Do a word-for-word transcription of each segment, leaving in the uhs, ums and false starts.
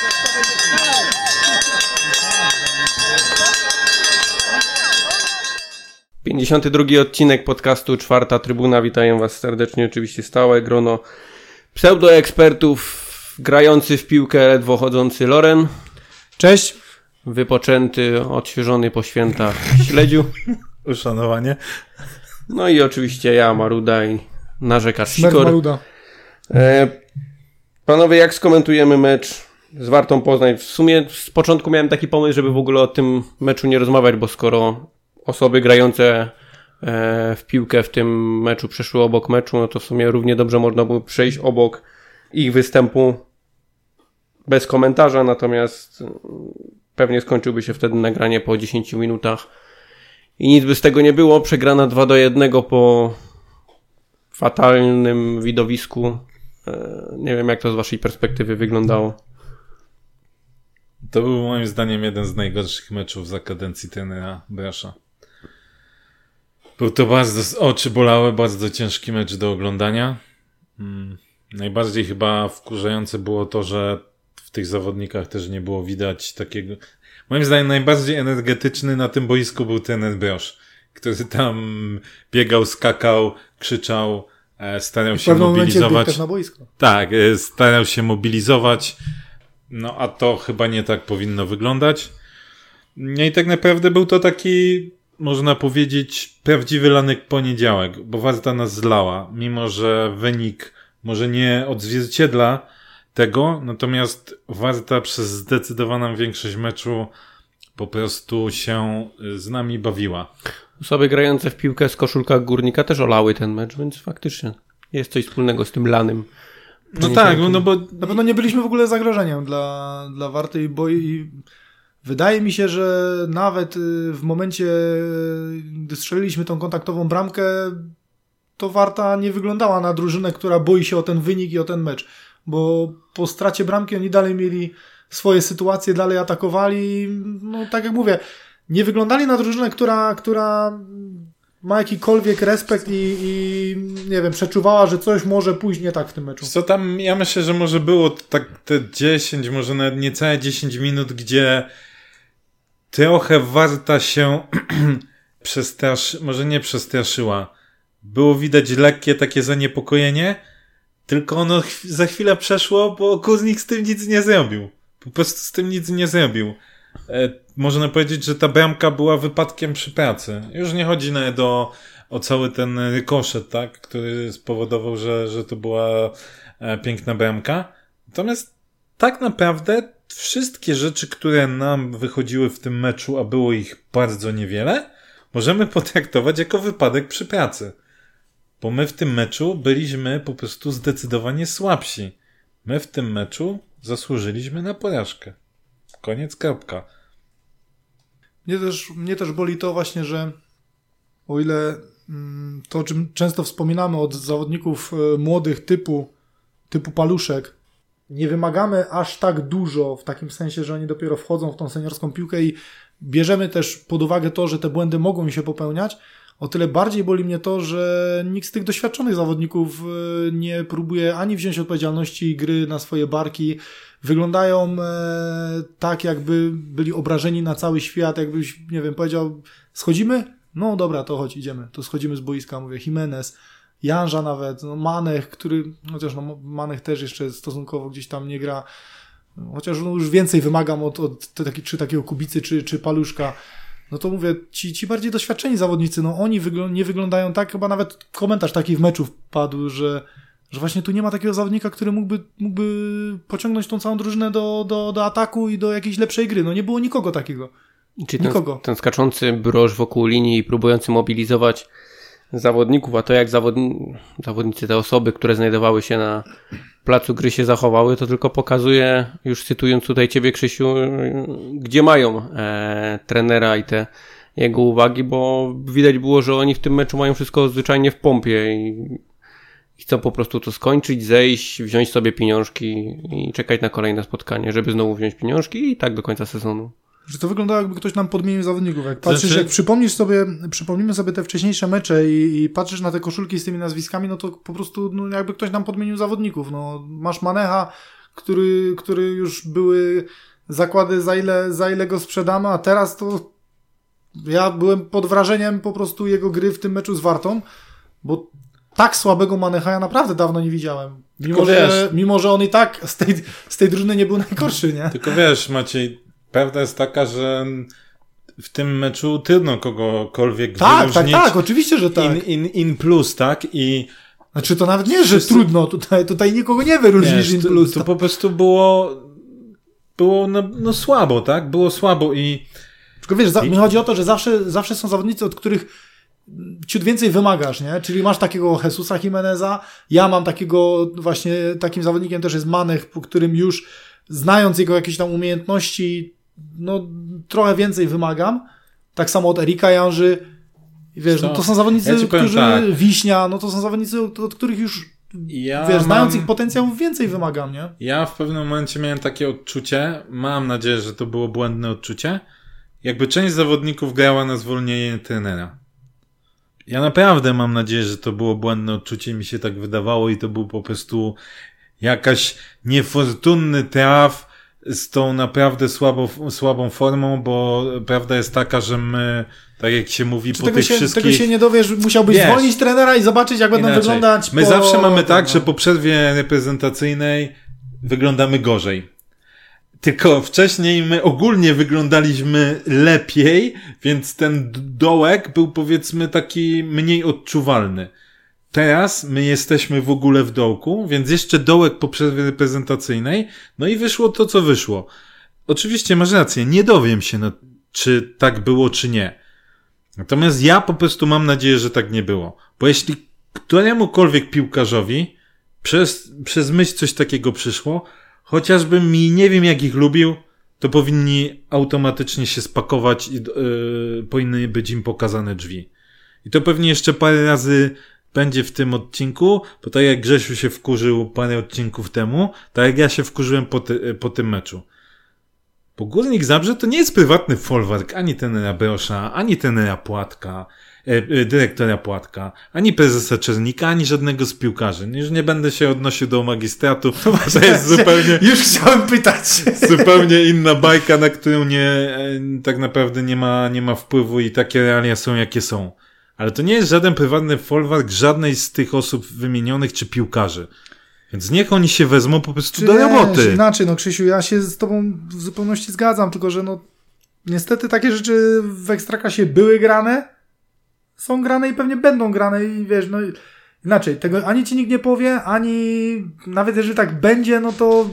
pięćdziesiąty drugi odcinek podcastu Czwarta Trybuna. Witają Was serdecznie, oczywiście stałe grono pseudoekspertów, grający w piłkę, ledwo chodzący Loren. Cześć. Wypoczęty, odświeżony po świętach Śledziu. Uszanowanie. No i oczywiście ja, Maruda, i narzekacz Sikor. Maruda. E, panowie, jak skomentujemy mecz z Wartą Poznań? W sumie z początku miałem taki pomysł, żeby w ogóle o tym meczu nie rozmawiać, bo skoro osoby grające e, w piłkę w tym meczu przeszły obok meczu, no to w sumie równie dobrze można było przejść obok ich występu bez komentarza, natomiast pewnie skończyłby się wtedy nagranie po dziesięciu minutach i nic by z tego nie było. Przegrana dwa do jednego po fatalnym widowisku. E, nie wiem, jak to z waszej perspektywy wyglądało. To był moim zdaniem jeden z najgorszych meczów za kadencji trenera Brasza. Był to bardzo, oczy bolały, bardzo ciężki mecz do oglądania. Hmm. Najbardziej chyba wkurzające było to, że w tych zawodnikach też nie było widać takiego... Moim zdaniem najbardziej energetyczny na tym boisku był trener Brosz, który tam biegał, skakał, krzyczał, starał się mobilizować. Też na boisko. Tak, starał się mobilizować. No a to chyba nie tak powinno wyglądać. No i tak naprawdę był to taki, można powiedzieć, prawdziwy lanek poniedziałek, bo Warta nas zlała, mimo że wynik może nie odzwierciedla tego, natomiast Warta przez zdecydowaną większość meczu po prostu się z nami bawiła. Osoby grające w piłkę z koszulkach Górnika też olały ten mecz, więc faktycznie jest coś wspólnego z tym lanym. No tak, no bo... Na pewno nie byliśmy w ogóle zagrożeniem dla, dla Warty, bo i wydaje mi się, że nawet w momencie, gdy strzeliliśmy tą kontaktową bramkę, to Warta nie wyglądała na drużynę, która boi się o ten wynik i o ten mecz, bo po stracie bramki oni dalej mieli swoje sytuacje, dalej atakowali, no tak jak mówię, nie wyglądali na drużynę, która, która ma jakikolwiek respekt i, i nie wiem, przeczuwała, że coś może pójść nie tak w tym meczu. Co tam, ja myślę, że może było tak te dziesięć, może nawet niecałe dziesięć minut, gdzie trochę Warta się przestraszy, może nie przestraszyła. Było widać lekkie takie zaniepokojenie, tylko ono ch- za chwilę przeszło, bo Kuznik z tym nic nie zrobił. Po prostu z tym nic nie zrobił. E, można powiedzieć, że ta bramka była wypadkiem przy pracy. Już nie chodzi nawet o, o cały ten rykoszet, tak, który spowodował, że, że to była e, piękna bramka. Natomiast tak naprawdę wszystkie rzeczy, które nam wychodziły w tym meczu, a było ich bardzo niewiele, możemy potraktować jako wypadek przy pracy. Bo my w tym meczu byliśmy po prostu zdecydowanie słabsi. My w tym meczu zasłużyliśmy na porażkę. Koniec, kropka. Mnie też, mnie też boli to właśnie, że o ile mm, to, o czym często wspominamy od zawodników y, młodych typu, typu Paluszek, nie wymagamy aż tak dużo w takim sensie, że oni dopiero wchodzą w tą seniorską piłkę i bierzemy też pod uwagę to, że te błędy mogą się popełniać. O tyle bardziej boli mnie to, że nikt z tych doświadczonych zawodników nie próbuje ani wziąć odpowiedzialności gry na swoje barki. Wyglądają e, tak, jakby byli obrażeni na cały świat, jakbyś, nie wiem, powiedział, schodzimy? No dobra, to chodź, idziemy. To schodzimy z boiska, mówię, Jimenez, Janża nawet, no Manech, który, chociaż no Manech też jeszcze stosunkowo gdzieś tam nie gra, chociaż no, już więcej wymagam od, od te, taki, czy takiego Kubicy, czy, czy Paluszka. No to mówię, ci, ci bardziej doświadczeni zawodnicy, no oni wygl- nie wyglądają tak, chyba nawet komentarz taki w meczu padł, że, że właśnie tu nie ma takiego zawodnika, który mógłby, mógłby pociągnąć tą całą drużynę do, do, do ataku i do jakiejś lepszej gry. No nie było nikogo takiego. Czy nikogo. Ten, ten skaczący Broż wokół linii i próbujący mobilizować zawodników, a to jak zawodni- zawodnicy, te osoby, które znajdowały się na placu gry się zachowały, to tylko pokazuje, już cytując tutaj ciebie, Krzysiu, gdzie mają e, trenera i te jego uwagi, bo widać było, że oni w tym meczu mają wszystko zwyczajnie w pompie i, i chcą po prostu to skończyć, zejść, wziąć sobie pieniążki i czekać na kolejne spotkanie, żeby znowu wziąć pieniążki i tak do końca sezonu. Że to wyglądało, jakby ktoś nam podmienił zawodników. Jak patrzysz, znaczy... jak przypomnisz sobie, przypomnimy sobie te wcześniejsze mecze i, i patrzysz na te koszulki z tymi nazwiskami, no to po prostu no, jakby ktoś nam podmienił zawodników. No, masz Manecha, który, który już były zakłady za ile, za ile go sprzedamy, a teraz to ja byłem pod wrażeniem po prostu jego gry w tym meczu z Wartą, bo tak słabego Manecha ja naprawdę dawno nie widziałem. Mimo, że, mimo że on i tak z tej, z tej drużyny nie był najgorszy, nie? Tylko wiesz, Maciej, prawda jest taka, że w tym meczu trudno kogokolwiek tak, wyróżnić. Tak, tak, oczywiście, że tak. In, in, in plus, tak? I znaczy to nawet nie, że wszyscy... trudno, tutaj, tutaj nikogo nie wyróżnisz in plus. To, to po prostu było było no, no słabo, tak? Było słabo i... Tylko wiesz, za, I... mi chodzi o to, że zawsze, zawsze są zawodnicy, od których ciut więcej wymagasz, nie? Czyli masz takiego Jesusa Jimeneza, ja mam takiego właśnie, takim zawodnikiem też jest Manech, po którym już znając jego jakieś tam umiejętności, no trochę więcej wymagam. Tak samo od Erika Janży. Wiesz, no, to są zawodnicy, ja którzy tak. Wiśnia, no to są zawodnicy, od, od których już ja wiesz, mam... znając ich potencjał więcej wymagam, nie? Ja w pewnym momencie miałem takie odczucie, mam nadzieję, że to było błędne odczucie, jakby część zawodników grała na zwolnienie trenera. Ja naprawdę mam nadzieję, że to było błędne odczucie, mi się tak wydawało i to był po prostu jakaś niefortunny traf z tą naprawdę słabą, słabą formą, bo prawda jest taka, że my, tak jak się mówi, Czy po tego tych się, wszystkich... Tego się nie dowiesz, musiałbyś wiesz, zwolnić trenera i zobaczyć, jak będą inaczej. wyglądać My po... zawsze mamy tak, że po przerwie reprezentacyjnej wyglądamy gorzej. Tylko wcześniej my ogólnie wyglądaliśmy lepiej, więc ten dołek był powiedzmy taki mniej odczuwalny. Teraz my jesteśmy w ogóle w dołku, więc jeszcze dołek po przerwie reprezentacyjnej, no i wyszło to, co wyszło. Oczywiście masz rację, nie dowiem się, no, czy tak było, czy nie. Natomiast ja po prostu mam nadzieję, że tak nie było. Bo jeśli któremukolwiek piłkarzowi przez, przez myśl coś takiego przyszło, chociażbym mi nie wiem jak ich lubił, to powinni automatycznie się spakować i yy, powinny być im pokazane drzwi. I to pewnie jeszcze parę razy będzie w tym odcinku, bo tak jak Grzesiu się wkurzył parę odcinków temu, tak jak ja się wkurzyłem po, ty, po tym meczu. Bo Górnik Zabrze to nie jest prywatny folwark ani tenera Brosza, ani tenera Płatka, e, e, dyrektora Płatka, ani prezesa Czernika, ani żadnego z piłkarzy. Już nie będę się odnosił do magistratu, bo to jest zupełnie... Już chciałem pytać. Zupełnie inna bajka, na którą nie, e, tak naprawdę nie ma, nie ma wpływu i takie realia są jakie są. Ale to nie jest żaden prywatny folwark żadnej z tych osób wymienionych czy piłkarzy. Więc niech oni się wezmą po prostu czy do roboty. Nie, inaczej, no Krzysiu, ja się z tobą w zupełności zgadzam, tylko że no niestety takie rzeczy w Ekstraklasie były grane, są grane i pewnie będą grane i wiesz, no inaczej, tego ani ci nikt nie powie, ani nawet jeżeli tak będzie, no to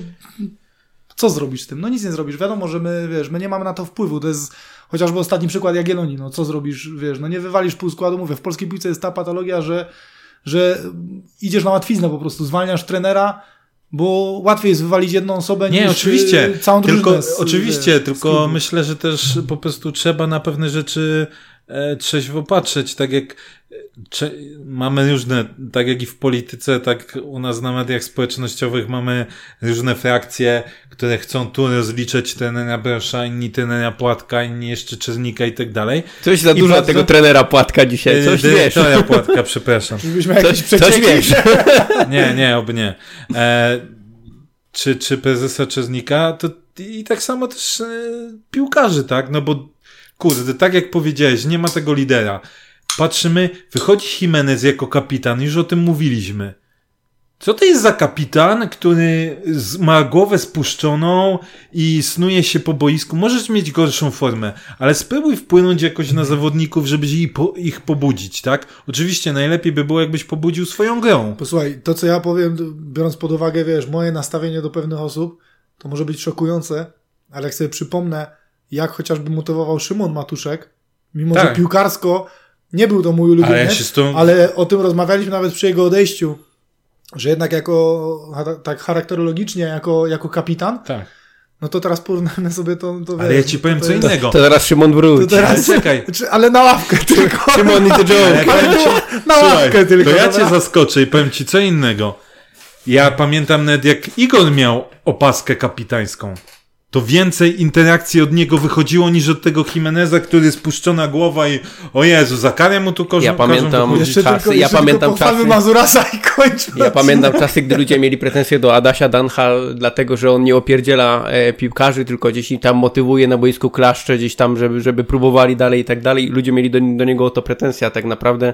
co zrobisz z tym? No nic nie zrobisz. Wiadomo, że my, wiesz, my nie mamy na to wpływu. To jest chociażby ostatni przykład Jagiellonii. No co zrobisz, wiesz, no nie wywalisz pół składu. Mówię, w polskiej piłce jest ta patologia, że, że idziesz na łatwiznę po prostu. Zwalniasz trenera, bo łatwiej jest wywalić jedną osobę nie, niż oczywiście. całą drużynę. Tylko, z, oczywiście, wiesz, tylko myślę, że też po prostu trzeba na pewne rzeczy e, trzeźwo patrzeć. Tak jak Cze- mamy różne, tak jak i w polityce, tak u nas na mediach społecznościowych mamy różne frakcje, które chcą tu rozliczyć trenera Brosza, inni trenera Płatka, inni jeszcze Czernika i tak dalej. Coś za I dużo bardzo... tego trenera Płatka dzisiaj, coś wiesz. Dyrektora Płatka, przepraszam. Coś, coś wiesz. Nie, nie, oby nie. E, czy, czy prezesa Czernika, to i tak samo też e, piłkarzy, tak? No bo kurde, tak jak powiedziałeś, nie ma tego lidera. Patrzymy, wychodzi Jimenez jako kapitan, już o tym mówiliśmy. Co to jest za kapitan, który ma głowę spuszczoną i snuje się po boisku? Możesz mieć gorszą formę, ale spróbuj wpłynąć jakoś na zawodników, żeby ich pobudzić, tak? Oczywiście najlepiej by było, jakbyś pobudził swoją grą. Posłuchaj, to co ja powiem, biorąc pod uwagę, wiesz, moje nastawienie do pewnych osób, to może być szokujące, ale jak sobie przypomnę, jak chociażby motywował Szymon Matuszek, mimo tak. że piłkarsko nie był to mój ulubieniec, ale, ja tą... ale o tym rozmawialiśmy nawet przy jego odejściu, że jednak jako, tak charakterologicznie, jako, jako kapitan, tak. no to teraz porównamy sobie to, to ale wiesz, ja ci powiem to, to co innego. To, to teraz Szymon wróci. To teraz, czekaj. Ale na ławkę tylko. Szymon i ty Joe. Na ławkę Słuchaj, tylko. To ja cię zaskoczę i powiem ci co innego. Ja pamiętam nawet jak Igor miał opaskę kapitańską. to więcej interakcji od niego wychodziło niż od tego Jimeneza, który spuszczona głowa i o Jezu, za karę mu tu korzą. Ja pamiętam Jeszcze czasy, tylko, ja jeszcze pamiętam tylko czasy. Mazurasa i kończmy. Ja pamiętam czasy, gdy ludzie mieli pretensje do Adasia Dancha, dlatego że on nie opierdziela e, piłkarzy, tylko gdzieś tam motywuje na boisku, klaszcze gdzieś tam, żeby, żeby próbowali dalej i tak dalej. I ludzie mieli do, do niego o to pretensje, a tak naprawdę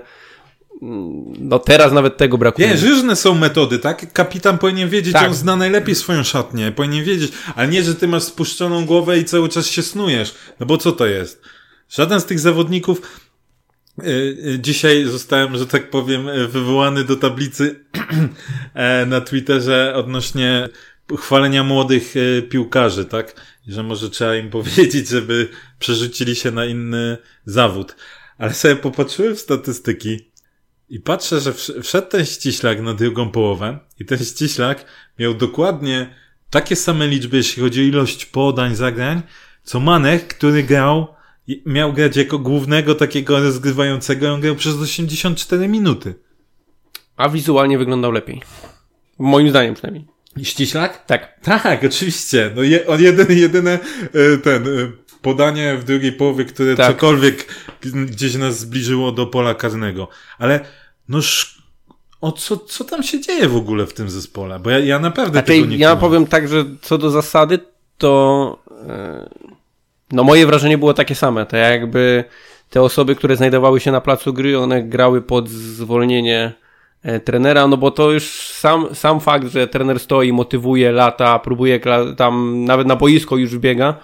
no teraz nawet tego brakuje. Wiesz, różne są metody, tak? Kapitan powinien wiedzieć, tak. On zna najlepiej swoją szatnię, powinien wiedzieć, ale nie, że ty masz spuszczoną głowę i cały czas się snujesz, no bo co to jest? Żaden z tych zawodników yy, yy, dzisiaj zostałem, że tak powiem, wywołany do tablicy na Twitterze odnośnie chwalenia młodych yy, piłkarzy, tak? Że może trzeba im powiedzieć, żeby przerzucili się na inny zawód. Ale sobie popatrzyłem w statystyki i patrzę, że wszedł ten ściślak na drugą połowę i ten ściślak miał dokładnie takie same liczby, jeśli chodzi o ilość podań, zagrań, co Manek, który grał, miał grać jako głównego takiego rozgrywającego, on grał przez osiemdziesiąt cztery minuty. A wizualnie wyglądał lepiej. Moim zdaniem przynajmniej. I ściślak? Tak. Tak, oczywiście. No je, on jedyny, jedyne ten podanie w drugiej połowie, które tak. cokolwiek gdzieś nas zbliżyło do pola karnego. Ale no sz... o co, co tam się dzieje w ogóle w tym zespole? Bo ja, ja naprawdę znaczy, tego nie Ja kumam. powiem tak, że co do zasady, to yy, no moje wrażenie było takie same. To jakby te osoby, które znajdowały się na placu gry, one grały pod zwolnienie e, trenera, no bo to już sam, sam fakt, że trener stoi, motywuje, lata, próbuje tam nawet na boisko już wbiega,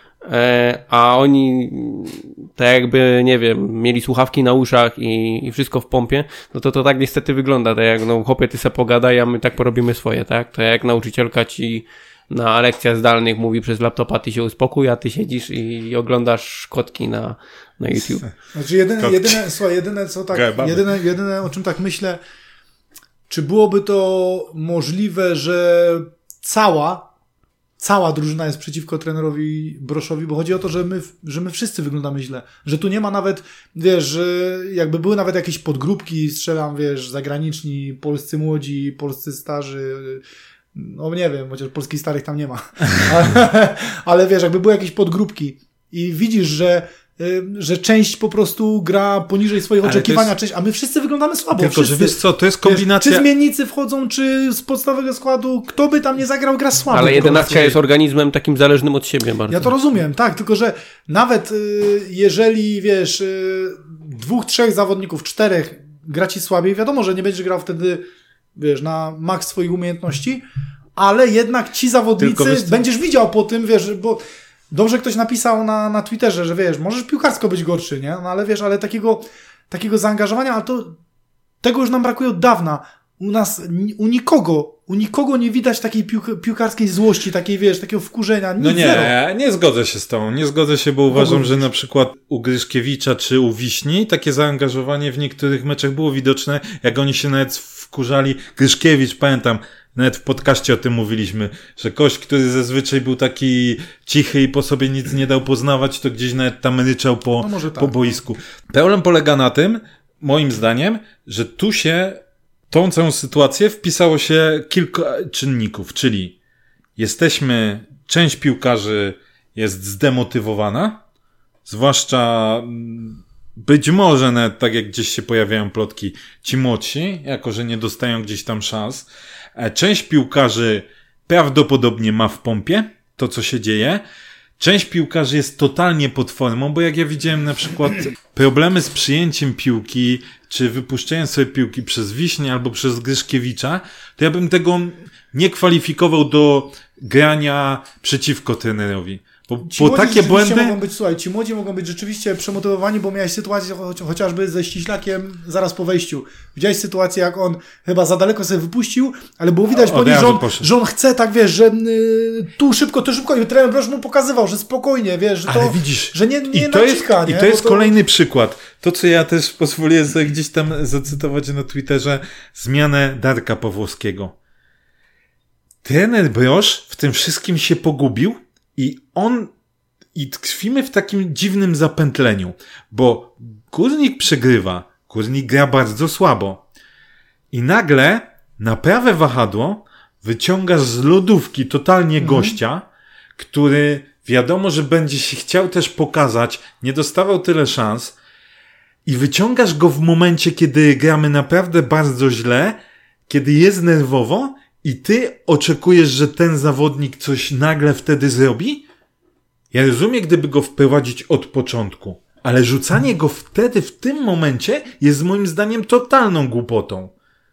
a oni tak jakby, nie wiem, mieli słuchawki na uszach i, i wszystko w pompie, no to to tak niestety wygląda, tak jak no chłopie, ty se pogadaj, a my tak porobimy swoje, tak? To jak nauczycielka ci na lekcjach zdalnych mówi przez laptopa, ty się uspokój, a ty siedzisz i oglądasz kotki na, na YouTube. Znaczy jedyne, jedyne, słuchaj, jedyne co tak, jedyne, jedyne o czym tak myślę, czy byłoby to możliwe, że cała Cała drużyna jest przeciwko trenerowi Broszowi, bo chodzi o to, że my, że my wszyscy wyglądamy źle. Że tu nie ma nawet, wiesz, że jakby były nawet jakieś podgrupki, strzelam, wiesz, zagraniczni, polscy młodzi, polscy starzy, no nie wiem, chociaż polskich starych tam nie ma. Ale, ale wiesz, jakby były jakieś podgrupki i widzisz, że że część po prostu gra poniżej swoich ale oczekiwania, jest... część, a my wszyscy wyglądamy słabo. Tylko, wszyscy. że wiesz co, to jest kombinacja... Wiesz, czy zmiennicy wchodzą, czy z podstawowego składu, kto by tam nie zagrał, gra słabo. Ale jedenastka jest organizmem takim zależnym od siebie bardzo. Ja to rozumiem, tak, tylko że nawet y, jeżeli, wiesz, y, dwóch, trzech zawodników, czterech gra ci słabiej, wiadomo, że nie będziesz grał wtedy, wiesz, na maks swoich umiejętności, ale jednak ci zawodnicy wiesz, będziesz widział po tym, wiesz, bo dobrze ktoś napisał na, na Twitterze, że wiesz, możesz piłkarsko być gorszy, nie? No ale wiesz, ale takiego, takiego zaangażowania, ale to tego już nam brakuje od dawna. U nas, u nikogo, u nikogo nie widać takiej piłk- piłkarskiej złości, takiej, wiesz, takiego wkurzenia. Nic, no nie, zero. nie zgodzę się z tą. Nie zgodzę się, bo uważam, że na przykład u Gryszkiewicza czy u Wiśni takie zaangażowanie w niektórych meczach było widoczne, jak oni się nawet wkurzali. Gryszkiewicz, pamiętam, nawet w podcaście o tym mówiliśmy, że gość, który zazwyczaj był taki cichy i po sobie nic nie dał poznawać, to gdzieś nawet tam ryczał po, no tak. po boisku. Problem polega na tym, moim zdaniem, że tu się tą całą sytuację wpisało się kilka czynników, czyli jesteśmy, część piłkarzy jest zdemotywowana, zwłaszcza być może nawet tak jak gdzieś się pojawiają plotki, ci młodsi, jako że nie dostają gdzieś tam szans. Część piłkarzy prawdopodobnie ma w pompie to, co się dzieje. Część piłkarzy jest totalnie pod formą, bo jak ja widziałem na przykład problemy z przyjęciem piłki, czy wypuszczeniem sobie piłki przez Wiśnię albo przez Gryszkiewicza, to ja bym tego nie kwalifikował do grania przeciwko trenerowi. Bo, ci bo takie błędy... Mogą być, słuchaj, ci młodzi mogą być rzeczywiście przemotywowani, bo miałeś sytuację cho- chociażby ze Ściślakiem zaraz po wejściu. Widziałeś sytuację, jak on chyba za daleko sobie wypuścił, ale było widać o, po nim, że on, że on chce tak, wiesz, że y, tu szybko, tu szybko i trener Brosz mu pokazywał, że spokojnie, wiesz, że to, ale widzisz, że nie, nie i to jest, naciska, nie? I to jest to... kolejny przykład. To, co ja też pozwoliłem sobie gdzieś tam zacytować na Twitterze, zmianę Darka Pawłowskiego. Trener Brosz w tym wszystkim się pogubił i on, i tkwimy w takim dziwnym zapętleniu, bo Górnik przegrywa, Górnik gra bardzo słabo i nagle na prawe wahadło wyciągasz z lodówki totalnie mhm. gościa, który wiadomo, że będzie się chciał też pokazać, nie dostawał tyle szans i wyciągasz go w momencie, kiedy gramy naprawdę bardzo źle, kiedy jest nerwowo i ty oczekujesz, że ten zawodnik coś nagle wtedy zrobi? Ja rozumiem, gdyby go wprowadzić od początku, ale rzucanie go wtedy, w tym momencie jest moim zdaniem totalną głupotą.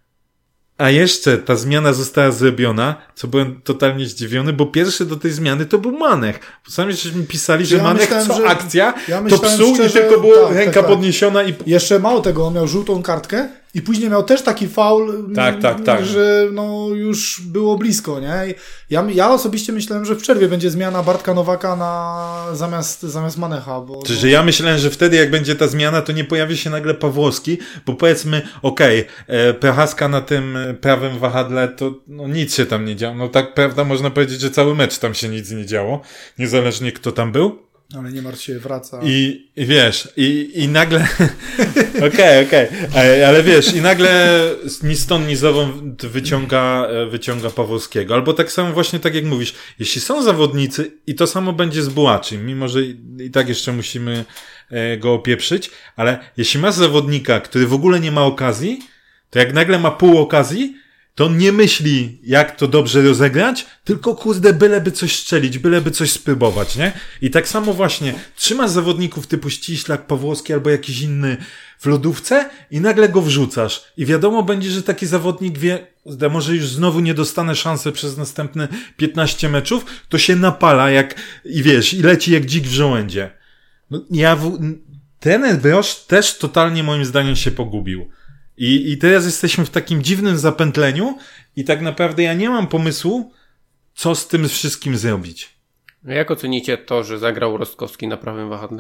A jeszcze ta zmiana została zrobiona, co byłem totalnie zdziwiony, bo pierwszy do tej zmiany to był Manech. Bo sami żeśmy pisali, że ja Manech myślałem, co że... akcja, ja to psuł szczerze... i tylko była tak, ręka tak, tak. podniesiona. I Jeszcze mało tego, on miał żółtą kartkę i później miał też taki faul, tak, tak, tak. że no już było blisko, nie? Ja, ja osobiście myślałem, że w przerwie będzie zmiana Bartka Nowaka na zamiast, zamiast Manecha. Bo, Czyli, bo... że ja myślałem, że wtedy jak będzie ta zmiana, to nie pojawi się nagle Pawłowski, bo powiedzmy, okej, okay, Prochaska na tym prawym wahadle, to no, nic się tam nie działo. No tak prawda, można powiedzieć, że cały mecz tam się nic nie działo, niezależnie kto tam był. Ale nie martw się, wraca. I, i wiesz, i, i nagle... Okej, okej. Okay. Ale wiesz, i nagle ni stąd, ni zowąd wyciąga, wyciąga Pawłowskiego. Albo tak samo właśnie tak jak mówisz, jeśli są zawodnicy i to samo będzie z Bułaczym, mimo że i, i tak jeszcze musimy go opieprzyć, ale jeśli masz zawodnika, który w ogóle nie ma okazji, to jak nagle ma pół okazji, to on nie myśli, jak to dobrze rozegrać, tylko kurde, byleby coś strzelić, byleby coś spróbować, nie? I tak samo właśnie trzymasz zawodników typu Ściślak, Pawłowski albo jakiś inny w lodówce i nagle go wrzucasz. I wiadomo będzie, że taki zawodnik wie, że może już znowu nie dostanę szansy przez następne piętnaście meczów, to się napala jak, i wiesz, i leci jak dzik w żołędzie. No, ja w... Trener Broż też totalnie moim zdaniem się pogubił. I, I teraz jesteśmy w takim dziwnym zapętleniu i tak naprawdę ja nie mam pomysłu, co z tym wszystkim zrobić. Jak ocenicie to, że zagrał Rostkowski na prawym wahadle?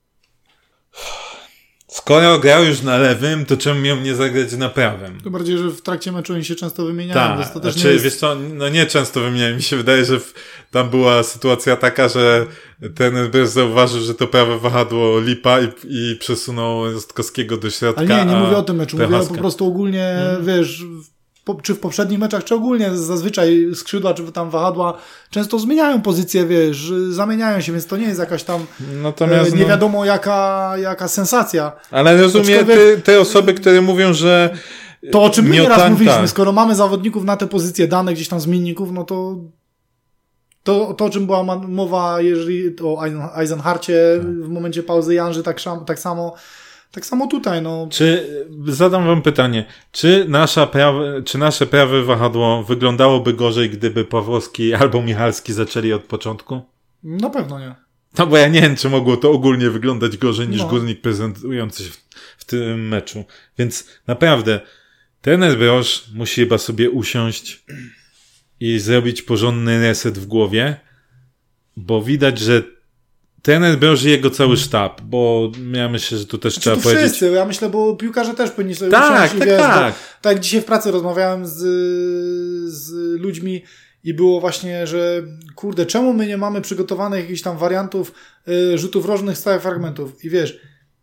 Skoro grał już na lewym, to czemu miał nie zagrać na prawym? To bardziej, że w trakcie meczu oni się często wymieniają. Tak, znaczy, jest... wiesz co, no nie często wymieniają. Mi się wydaje, że w, tam była sytuacja taka, że ten Brez zauważył, że to prawe wahadło lipa i, i przesunął Rostkowskiego do środka. Ale nie, nie mówię o tym meczu, mówię po prostu ogólnie, hmm. wiesz... Po, czy w poprzednich meczach, czy ogólnie zazwyczaj skrzydła, czy tam wahadła często zmieniają pozycję, wiesz, zamieniają się, więc to nie jest jakaś tam Natomiast, e, nie wiadomo no... jaka, jaka sensacja. Ale rozumiem te, te osoby, które mówią, że to, o czym my nieraz mówiliśmy, skoro mamy zawodników na te pozycje dane gdzieś tam zmienników, no to to, to o czym była mowa jeżeli o Eisenharcie w momencie pauzy Janży, tak, tak samo Tak samo tutaj, no. Czy, zadam wam pytanie, czy nasza prawe, czy nasze prawe wahadło wyglądałoby gorzej, gdyby Pawłowski albo Michalski zaczęli od początku? Na pewno nie. No bo ja nie wiem, czy mogło to ogólnie wyglądać gorzej niż no. Górnik prezentujący się w, w tym meczu. Więc naprawdę, trener Broż musi chyba sobie usiąść i zrobić porządny reset w głowie, bo widać, że trener Broż i jego cały sztab, bo ja myślę, że tu też znaczy, trzeba tu powiedzieć... wszyscy, ja myślę, bo piłkarze też powinni sobie tak, usiąść tak, i wiesz, tak. Bo, tak jak dzisiaj w pracy rozmawiałem z, z ludźmi i było właśnie, że kurde, czemu my nie mamy przygotowanych jakichś tam wariantów y, rzutów rożnych stałych fragmentów i wiesz,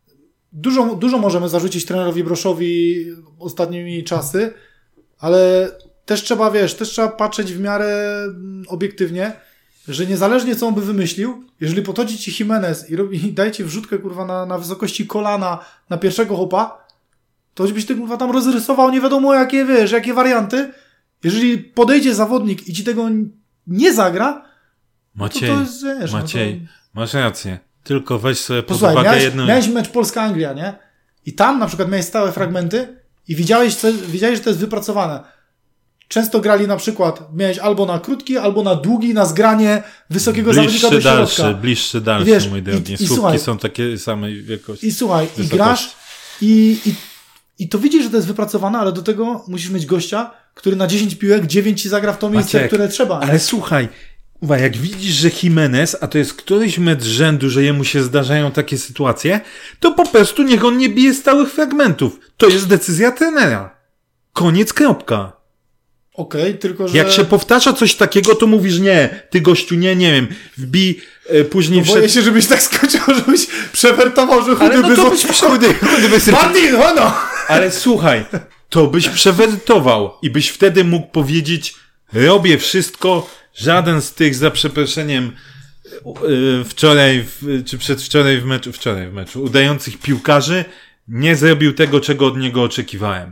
dużo, dużo możemy zarzucić trenerowi Broszowi ostatnimi czasy, ale też trzeba, wiesz, też trzeba patrzeć w miarę obiektywnie, że niezależnie co on by wymyślił, jeżeli podchodzi ci Jimenez i, robi, i daje ci wrzutkę kurwa na, na wysokości kolana na pierwszego hopa, to choćbyś ty kurwa tam rozrysował nie wiadomo jakie, wiesz, jakie warianty. Jeżeli podejdzie zawodnik i ci tego nie zagra, Maciej, to to jest, wiesz, Maciej, no to... masz rację. Tylko weź sobie pod Posłuchaj, uwagę miałeś, jedną... miałeś mecz Polska-Anglia, nie? I tam na przykład miałeś stałe fragmenty i widziałeś, co, widziałeś, że to jest wypracowane. Często grali na przykład, miałeś albo na krótki, albo na długi, na zgranie wysokiego bliższy, zawodnika do środka. Dalszy, bliższy, dalszy, wiesz, mój drogi. Słupki słuchaj, są takie samej wielkości. I słuchaj, wysokości. I grasz i, i, i to widzisz, że to jest wypracowane, ale do tego musisz mieć gościa, który na dziesięć piłek dziewięć ci zagra w to miejsce, Maciek, które trzeba. Ale słuchaj, jak widzisz, że Jimenez, a to jest któryś mecz rzędu, że jemu się zdarzają takie sytuacje, to po prostu niech on nie bije stałych fragmentów. To jest decyzja trenera. Koniec, kropka. Okej, okay, tylko że... Jak się powtarza coś takiego, to mówisz nie, ty gościu, nie, nie wiem, wbij e, później... No boję przed... się, żebyś tak skończył, żebyś przewertował, że chudy no by... to byś chudy, chudy by... Martin, no! Ale słuchaj, to byś przewertował i byś wtedy mógł powiedzieć, robię wszystko, żaden z tych, za przeproszeniem, wczoraj, czy przedwczoraj w meczu, wczoraj w meczu, udających piłkarzy, nie zrobił tego, czego od niego oczekiwałem.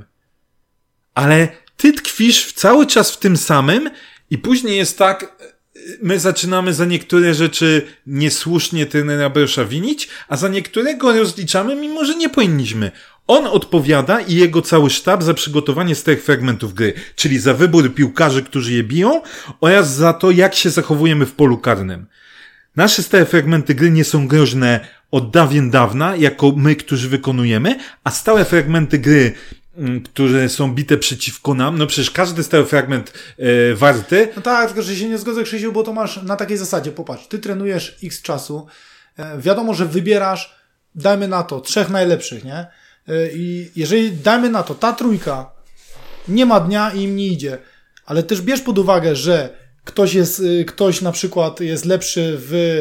Ale ty tkwisz cały czas w tym samym i później jest tak, my zaczynamy za niektóre rzeczy niesłusznie trenera Brosza winić, a za niektóre go rozliczamy, mimo że nie powinniśmy. On odpowiada i jego cały sztab za przygotowanie stałych fragmentów gry, czyli za wybór piłkarzy, którzy je biją, oraz za to, jak się zachowujemy w polu karnym. Nasze stałe fragmenty gry nie są groźne od dawien dawna, jako my, którzy wykonujemy, a stałe fragmenty gry, które są bite przeciwko nam, no przecież każdy stały fragment e, warty. No tak, tylko że się nie zgodzę, Krzysiu, bo to masz na takiej zasadzie, popatrz, ty trenujesz x czasu, e, wiadomo, że wybierasz, dajmy na to, trzech najlepszych, nie? E, I jeżeli, dajmy na to, ta trójka nie ma dnia i im nie idzie, ale też bierz pod uwagę, że Ktoś jest, ktoś na przykład jest lepszy w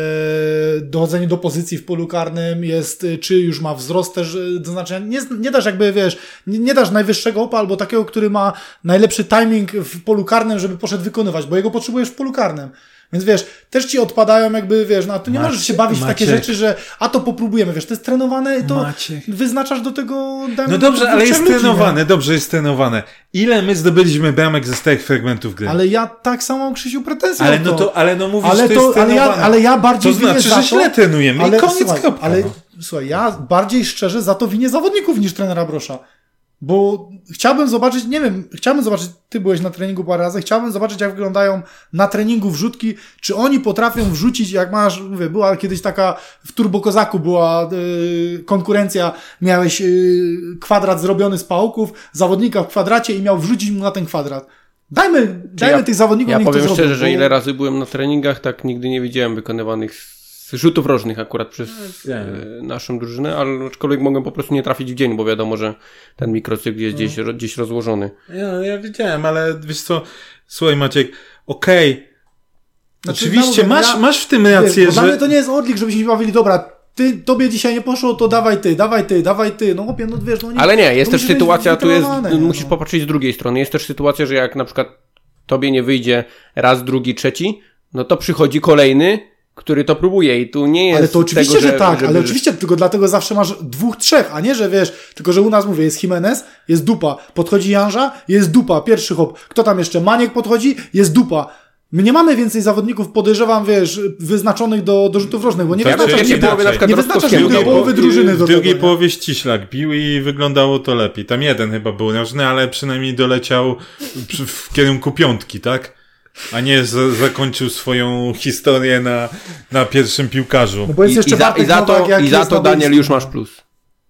e, dochodzeniu do pozycji w polu karnym, jest, czy już ma wzrost też do znaczenia. Nie, nie dasz jakby, wiesz, nie, nie dasz najwyższego opa albo takiego, który ma najlepszy timing w polu karnym, żeby poszedł wykonywać, bo jego potrzebujesz w polu karnym. Więc wiesz, też ci odpadają jakby, wiesz, no a tu nie Macie, możesz się bawić Maciek. w takie rzeczy, że a to popróbujemy, wiesz, to jest trenowane i to Maciek. wyznaczasz do tego... No dobrze, ale jest ludzi, trenowane, nie? dobrze jest trenowane. Ile my zdobyliśmy bramek ze stałych fragmentów gry? Ale ja tak samo mam, Krzysiu, pretensje ale no to, ale no mówisz, ale że to jest to, ale trenowane. ja, ale ja bardziej to znaczy, że to, źle trenujemy ale, i koniec słuchaj, kropka. Ale no. słuchaj, ja bardziej szczerze za to winię zawodników niż trenera Brosza. Bo chciałbym zobaczyć, nie wiem, chciałbym zobaczyć, ty byłeś na treningu parę razy, chciałbym zobaczyć, jak wyglądają na treningu wrzutki, czy oni potrafią wrzucić, jak masz, mówię, była kiedyś taka, w Turbo Kozaku była yy, konkurencja, miałeś yy, kwadrat zrobiony z pałków, zawodnika w kwadracie i miał wrzucić mu na ten kwadrat. Dajmy, dajmy ja, tych zawodników, ja niech powiem to szczerze, zrobią, że bo... ile razy byłem na treningach, tak nigdy nie widziałem wykonywanych z rzutów rożnych akurat przez yeah. naszą drużynę, ale aczkolwiek mogłem po prostu nie trafić w dzień, bo wiadomo, że ten mikrocykl jest gdzieś, no. gdzieś rozłożony. Ja, ja widziałem, ale wiesz co, słuchaj Maciek, okej, okay. znaczy, oczywiście no, masz, ja, masz w tym rację, wiesz, że... Dla mnie to nie jest odlik, żebyśmy się bawili, dobra, ty, tobie dzisiaj nie poszło, to dawaj ty, dawaj ty, dawaj ty, no chłopie, no wiesz, no nie... Ale nie, jest też sytuacja, tu jest, nie, musisz no. popatrzeć z drugiej strony, jest też sytuacja, że jak na przykład tobie nie wyjdzie raz, drugi, trzeci, no to przychodzi kolejny, który to próbuje i tu nie jest... Ale to oczywiście, tego, że, że tak, żeby... ale oczywiście, tylko dlatego zawsze masz dwóch, trzech, a nie, że wiesz, tylko że u nas mówię, jest Jimenez, jest dupa, podchodzi Janża, jest dupa, pierwszy hop, kto tam jeszcze, Maniek podchodzi, jest dupa. My nie mamy więcej zawodników, podejrzewam, wiesz, wyznaczonych do, do rzutów rożnych, bo nie tak, wyznaczasz, nie, połowy, na przykład nie wyznaczasz drugiej połowy drużyny do W drugiej tego, połowie Ściślak bił i wyglądało to lepiej. Tam jeden chyba był rożny, ale przynajmniej doleciał w, w kierunku piątki, tak? A nie z, zakończył swoją historię na, na pierwszym piłkarzu. No bo jest jeszcze I, i, za, i za to, Nowak, i za to Daniel, już masz plus.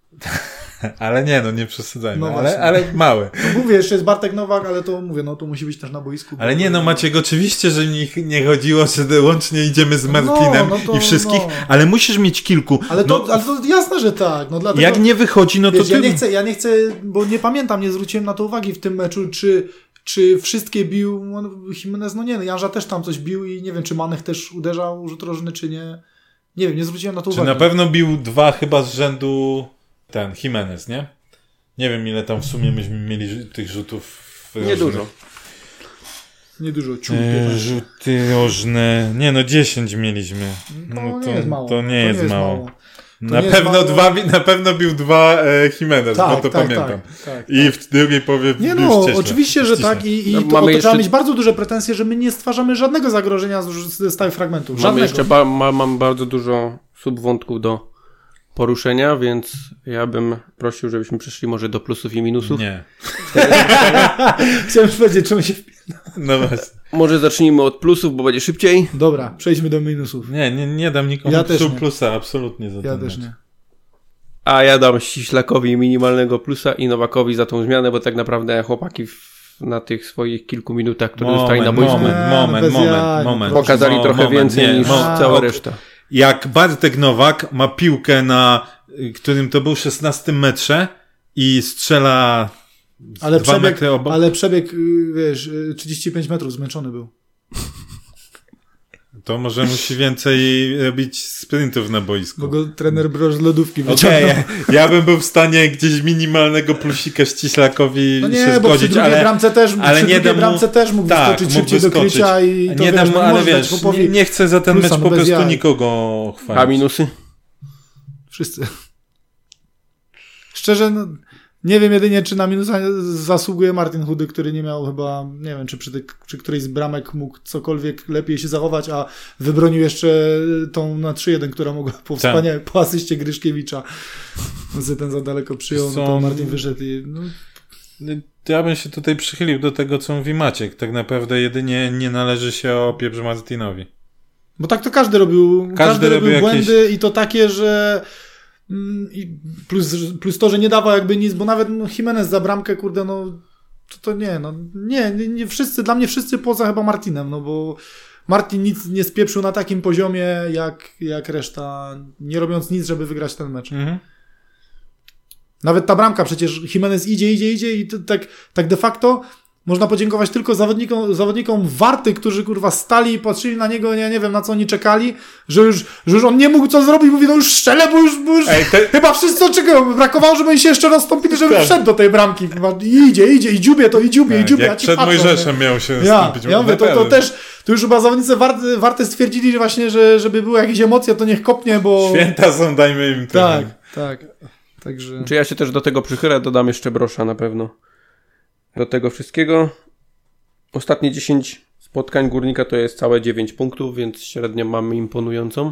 Ale nie, no nie przesadzajmy, no ale, ale mały. No mówię, jeszcze jest Bartek Nowak, ale to mówię, no to musi być też na boisku. Ale nie, no Maciek, oczywiście, że nie, nie chodziło, że łącznie idziemy z Martinem no, no to, i wszystkich, no. ale musisz mieć kilku. Ale to, no, ale to jasne, że tak. No dlatego, jak nie wychodzi, no to wiesz, ty... Ja nie chcę, ja nie chcę, bo nie pamiętam, nie zwróciłem na to uwagi w tym meczu, czy Czy wszystkie bił no, Jimenez? No nie, no Janża też tam coś bił i nie wiem, czy Manech też uderzał rzut rożny, czy nie. Nie wiem, nie zwróciłem na to czy uwagi. Na pewno bił dwa chyba z rzędu ten, Jimenez, nie? Nie wiem, ile tam w sumie myśmy mieli tych rzutów rożnych. Niedużo. Niedużo, ciut. E, rzuty rożne. Nie no, dziesięć mieliśmy. No, no to nie jest mało. To nie, to jest, nie jest mało. mało. Na pewno, mało... dwa, na pewno bił dwa e, Jimenez, tak, bo to tak, pamiętam. Tak, tak, I tak. w drugiej połowie Nie no, ścieśle. Oczywiście, że ściśle. tak i, i no, to, to jeszcze... trzeba mieć bardzo duże pretensje, że my nie stwarzamy żadnego zagrożenia ze stałych fragmentów. Mamy żadnego. jeszcze ba- ma, mam bardzo dużo subwątków do poruszenia, więc ja bym prosił, żebyśmy przeszli może do plusów i minusów. Nie. Chciałem już powiedzieć, czemu się... No właśnie. Może zacznijmy od plusów, bo będzie szybciej. Dobra, przejdźmy do minusów. Nie, nie, nie dam nikomu ja psu plusa, absolutnie za Ja ten też mecz. nie. A ja dam Ściślakowi minimalnego plusa i Nowakowi za tą zmianę, bo tak naprawdę chłopaki w, na tych swoich kilku minutach, które moment, zostali na boisku, moment, moment, moment, moment, pokazali mo, trochę moment, więcej nie, niż mo, cała ok. reszta. Jak Bartek Nowak ma piłkę na którym to był szesnastym metrze i strzela ale dwa przebieg, metry obok. Ale przebieg, wiesz, trzydzieści pięć metrów, zmęczony był. To może musi więcej robić sprintów na boisku. Bo go trener Broż z lodówki Okej, wyciągnął. okay, ja bym był w stanie gdzieś minimalnego plusika Ściślakowi no nie, się bo zgodzić, przy ale, bramce też, ale przy nie drugiej mu, bramce też mógł tak, wyskoczyć mógł szybciej wyskoczyć. do krycia i to nie wiesz, dam mu, no ale można wiesz, Popowi... nie, nie chcę za ten plusa, mecz no po bez prostu jaj. nikogo chwalić. A minusy? Wszyscy. Szczerze, no, nie wiem jedynie, czy na minusa zasługuje Martin Chudy, który nie miał chyba, nie wiem, czy przy, tej, przy którejś z bramek mógł cokolwiek lepiej się zachować, a wybronił jeszcze tą na trzy jeden, która mogła po, wspania- po asyście Gryszkiewicza. No, ten za daleko przyjął, no to Martin wyszedł i... No. Ja bym się tutaj przychylił do tego, co mówi Maciek. Tak naprawdę jedynie nie należy się opieprz Martinowi. Bo tak to każdy robił, każdy, każdy robił, robił błędy jakieś... i to takie, że i plus, plus to, że nie dawał jakby nic, bo nawet Jimenez za bramkę, kurde, no to, to nie, no nie, nie, nie wszyscy, dla mnie wszyscy poza chyba Martinem, no bo Martin nic nie spieprzył na takim poziomie jak, jak reszta, nie robiąc nic, żeby wygrać ten mecz. Mhm. Nawet ta bramka, przecież Jimenez idzie, idzie, idzie i to, tak, tak de facto można podziękować tylko zawodnikom, zawodnikom Warty, którzy kurwa stali i patrzyli na niego, ja nie wiem na co oni czekali, że już, że już on nie mógł co zrobić, mówi no już strzelę, bo już, bo już Ej, te... chyba wszyscy oczekują, brakowało, żeby oni się jeszcze rozstąpili, żeby tak. wszedł do tej bramki, i idzie, idzie i dziubie to, i dziubie, tak, i dziubie, jak ja przed patrzą, Mojżeszem nie? miał się ja, stąpić. Ja mówię, to, to też, to już chyba zawodnicy Warty, Warty stwierdzili, że właśnie, że żeby były jakieś emocje, to niech kopnie, bo... Święta są, dajmy im tak, tak, także... Czy ja się też do tego przychylę, dodam jeszcze Brosza na pewno. Do tego wszystkiego. Ostatnie dziesięć spotkań Górnika to jest całe dziewięć punktów, więc średnio mamy imponującą.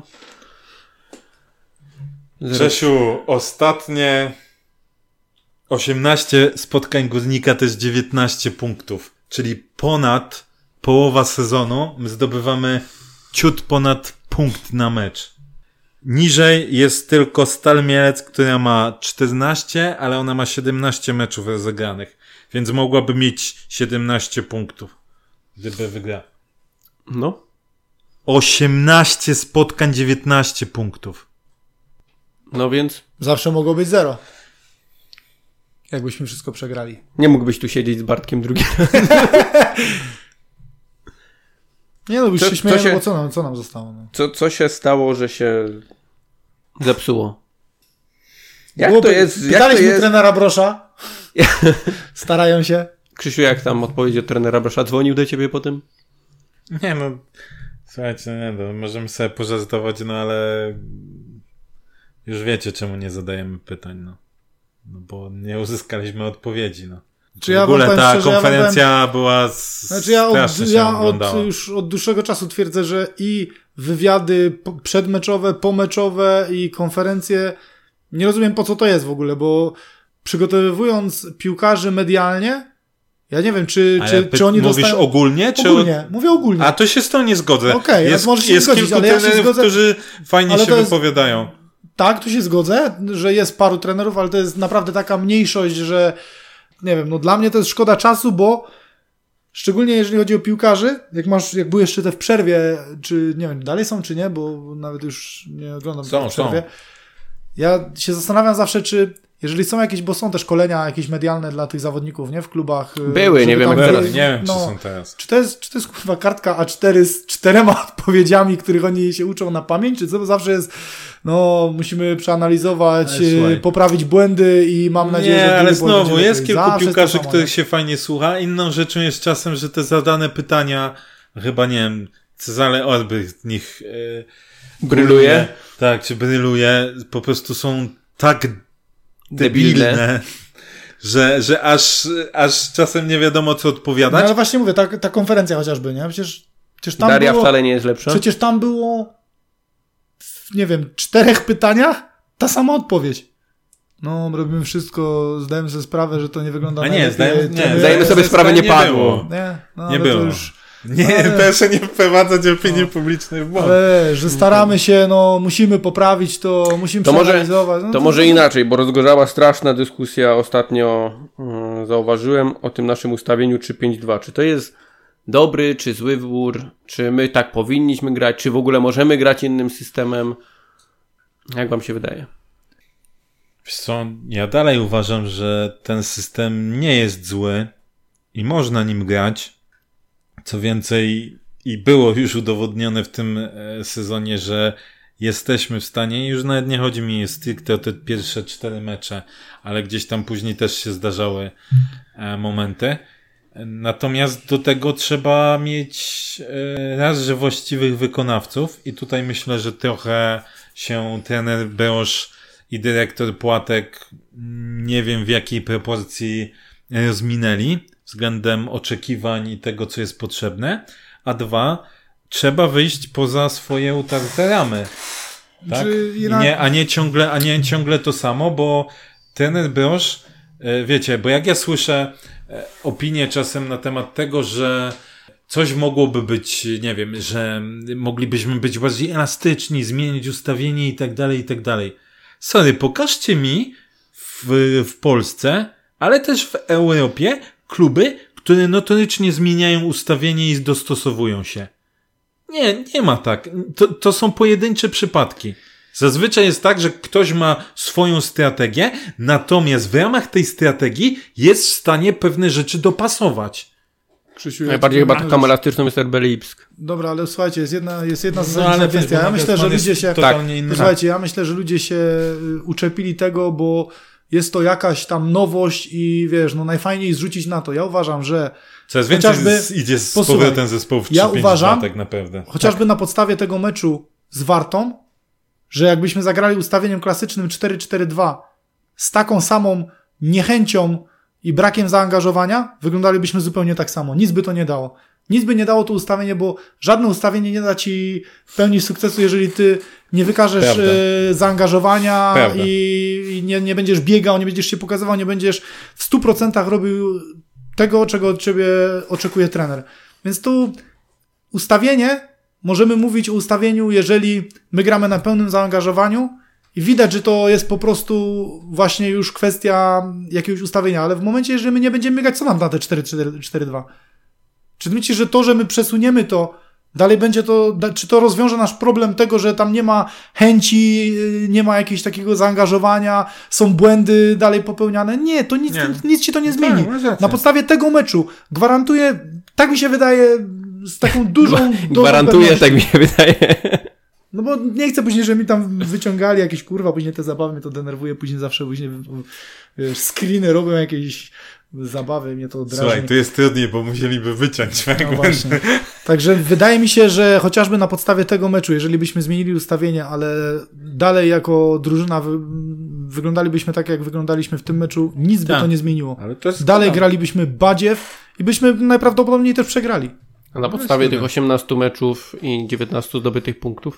Grzesiu, ostatnie osiemnaście spotkań Górnika to jest dziewiętnaście punktów, czyli ponad połowa sezonu my zdobywamy ciut ponad punkt na mecz. Niżej jest tylko Stal Mielec, która ma czternaście, ale ona ma siedemnaście meczów rozegranych. Więc mogłaby mieć siedemnaście punktów, gdyby wygrała. No. osiemnaście spotkań, dziewiętnaście punktów. No więc? Zawsze mogło być zero. Jakbyśmy wszystko przegrali. Nie mógłbyś tu siedzieć z Bartkiem drugi raz. Nie no, już co, się śmiejemy, się... bo co nam, co nam zostało? No. Co, co się stało, że się zepsuło? Jak Było, to jest? Pytaliśmy jak to jest? trenera Brosza. Starają się. Krzysiu, jak tam odpowiedź od trenera Brosza? Dzwonił do ciebie po tym? Nie no, słuchajcie, nie no, możemy sobie pożartować, no ale już wiecie, czemu nie zadajemy pytań, no. No bo nie uzyskaliśmy odpowiedzi, no. Czy w ja ogóle ta szczerze, konferencja ja powiem, była znaczy ja od, ja od, już od dłuższego czasu twierdzę, że i wywiady przedmeczowe, pomeczowe i konferencje, nie rozumiem po co to jest w ogóle, bo przygotowując piłkarzy medialnie, ja nie wiem, czy, czy, py- czy oni mówisz dostają... ogólnie? Czy ogólnie, o... mówię ogólnie. A to się z tą nie zgodzę. Okej, okay, jest, może się jest zgodzić, kilku ale ja się zgodzę... którzy fajnie ale się jest... wypowiadają. Tak, tu się zgodzę, że jest paru trenerów, ale to jest naprawdę taka mniejszość, że nie wiem, no dla mnie to jest szkoda czasu, bo szczególnie jeżeli chodzi o piłkarzy, jak masz, jak były jeszcze te w przerwie, czy nie wiem, dalej są, czy nie, bo nawet już nie oglądam są, w przerwie. Są. Ja się zastanawiam zawsze, czy jeżeli są jakieś, bo są te szkolenia jakieś medialne dla tych zawodników, nie? W klubach. Były, nie wiem jak teraz. Nie wiem, no, czy są teraz. Czy to jest, czy to jest kurwa kartka A cztery z czterema odpowiedziami, których oni się uczą na pamięć, czy co? Zawsze jest, no, musimy przeanalizować, ale, poprawić błędy i mam nadzieję, nie, że... Nie, ale znowu, jest kilku zawsze piłkarzy, samo, których nie? się fajnie słucha. Inną rzeczą jest czasem, że te zadane pytania, chyba nie wiem, Cezary Orbych z nich yy, bryluje. Tak, czy bryluje, po prostu są tak debilne, debilne że, że aż, aż czasem nie wiadomo, co odpowiadać. No ale właśnie mówię, ta, ta konferencja chociażby, nie? Przecież, przecież tam Daria było, wcale nie jest lepsza. Przecież tam było w, nie wiem, czterech pytaniach ta sama odpowiedź. No, robimy wszystko, zdajemy sobie sprawę, że to nie wygląda A nie, zdajemy, nie, zdajemy sobie sprawę, nie padło. Nie, no, nie było. To już... Nie, ale... proszę nie wprowadzać opinii no. publicznej w błąd. Ale, że staramy się, no, musimy poprawić to, musimy to przeanalizować. Może, no, to, to może to... inaczej, bo rozgorzała straszna dyskusja ostatnio, yy, zauważyłem, o tym naszym ustawieniu trzy pięć dwa. Czy to jest dobry, czy zły wybór? Czy my tak powinniśmy grać? Czy w ogóle możemy grać innym systemem? Jak wam się wydaje? Wiesz co, ja dalej uważam, że ten system nie jest zły i można nim grać. Co więcej, i było już udowodnione w tym sezonie, że jesteśmy w stanie, już nawet nie chodzi mi stricte o te pierwsze cztery mecze, ale gdzieś tam później też się zdarzały momenty. Natomiast do tego trzeba mieć raz, że właściwych wykonawców i tutaj myślę, że trochę się trener Beosz i dyrektor Płatek nie wiem w jakiej proporcji rozminęli względem oczekiwań i tego, co jest potrzebne. A dwa, trzeba wyjść poza swoje utarte ramy. Tak? Jednak... Nie, a, nie ciągle, a nie ciągle to samo, bo trener Beosz, wiecie, bo jak ja słyszę opinie czasem na temat tego, że coś mogłoby być, nie wiem, że moglibyśmy być bardziej elastyczni, zmienić ustawienie i tak dalej, i tak dalej. Sorry, pokażcie mi w, w Polsce, ale też w Europie kluby, które notorycznie zmieniają ustawienie i dostosowują się. Nie, nie ma tak. To, to są pojedyncze przypadki. Zazwyczaj jest tak, że ktoś ma swoją strategię, natomiast w ramach tej strategii jest w stanie pewne rzeczy dopasować. Krzysiu, najbardziej chyba taką elastyczną jest R B Lipsk. Dobra, ale słuchajcie, jest jedna, jest jedna no, kwestia. Ja myślę, że ludzie się... Tak, słuchajcie, ja myślę, że ludzie się uczepili tego, bo jest to jakaś tam nowość i wiesz, no najfajniej zrzucić na to. Ja uważam, że coraz więcej z, idzie z posłuchaj, powrotem zespołów trzy pięć dwa tak naprawdę. Chociażby tak. na podstawie tego meczu z Wartą, że jakbyśmy zagrali ustawieniem klasycznym cztery cztery dwa z taką samą niechęcią i brakiem zaangażowania, wyglądalibyśmy zupełnie tak samo. Nic by to nie dało. Nic by nie dało to ustawienie, bo żadne ustawienie nie da ci w pełni sukcesu, jeżeli ty nie wykażesz Prawda. zaangażowania Prawda. i nie, nie będziesz biegał, nie będziesz się pokazywał, nie będziesz w stu procentach robił tego, czego od ciebie oczekuje trener. Więc tu ustawienie, możemy mówić o ustawieniu, jeżeli my gramy na pełnym zaangażowaniu i widać, że to jest po prostu właśnie już kwestia jakiegoś ustawienia, ale w momencie, jeżeli my nie będziemy biegać, co nam da te cztery cztery dwa? Czy myślisz, że to, że my przesuniemy to, dalej będzie to, czy to rozwiąże nasz problem tego, że tam nie ma chęci, nie ma jakiegoś takiego zaangażowania, są błędy dalej popełniane? Nie, to nic, nie. nic ci to nie zmieni. Tak, na podstawie tego meczu gwarantuję, tak mi się wydaje, z taką dużą... Gwarantuję, tak mi się wydaje. No bo nie chcę później, żeby mi tam wyciągali jakieś kurwa, później te zabawy mnie to denerwuje, później zawsze później wiesz, screeny robią jakieś zabawy, mnie to drażni. Słuchaj, tu jest trudniej, bo musieliby wyciąć fragmenty. No Także wydaje mi się, że chociażby na podstawie tego meczu, jeżeli byśmy zmienili ustawienie, ale dalej jako drużyna wy... wyglądalibyśmy tak, jak wyglądaliśmy w tym meczu, nic by tak. to nie zmieniło. Ale to jest dalej to... gralibyśmy badziew i byśmy najprawdopodobniej też przegrali. A na podstawie tych osiemnastu meczów i dziewiętnastu zdobytych punktów?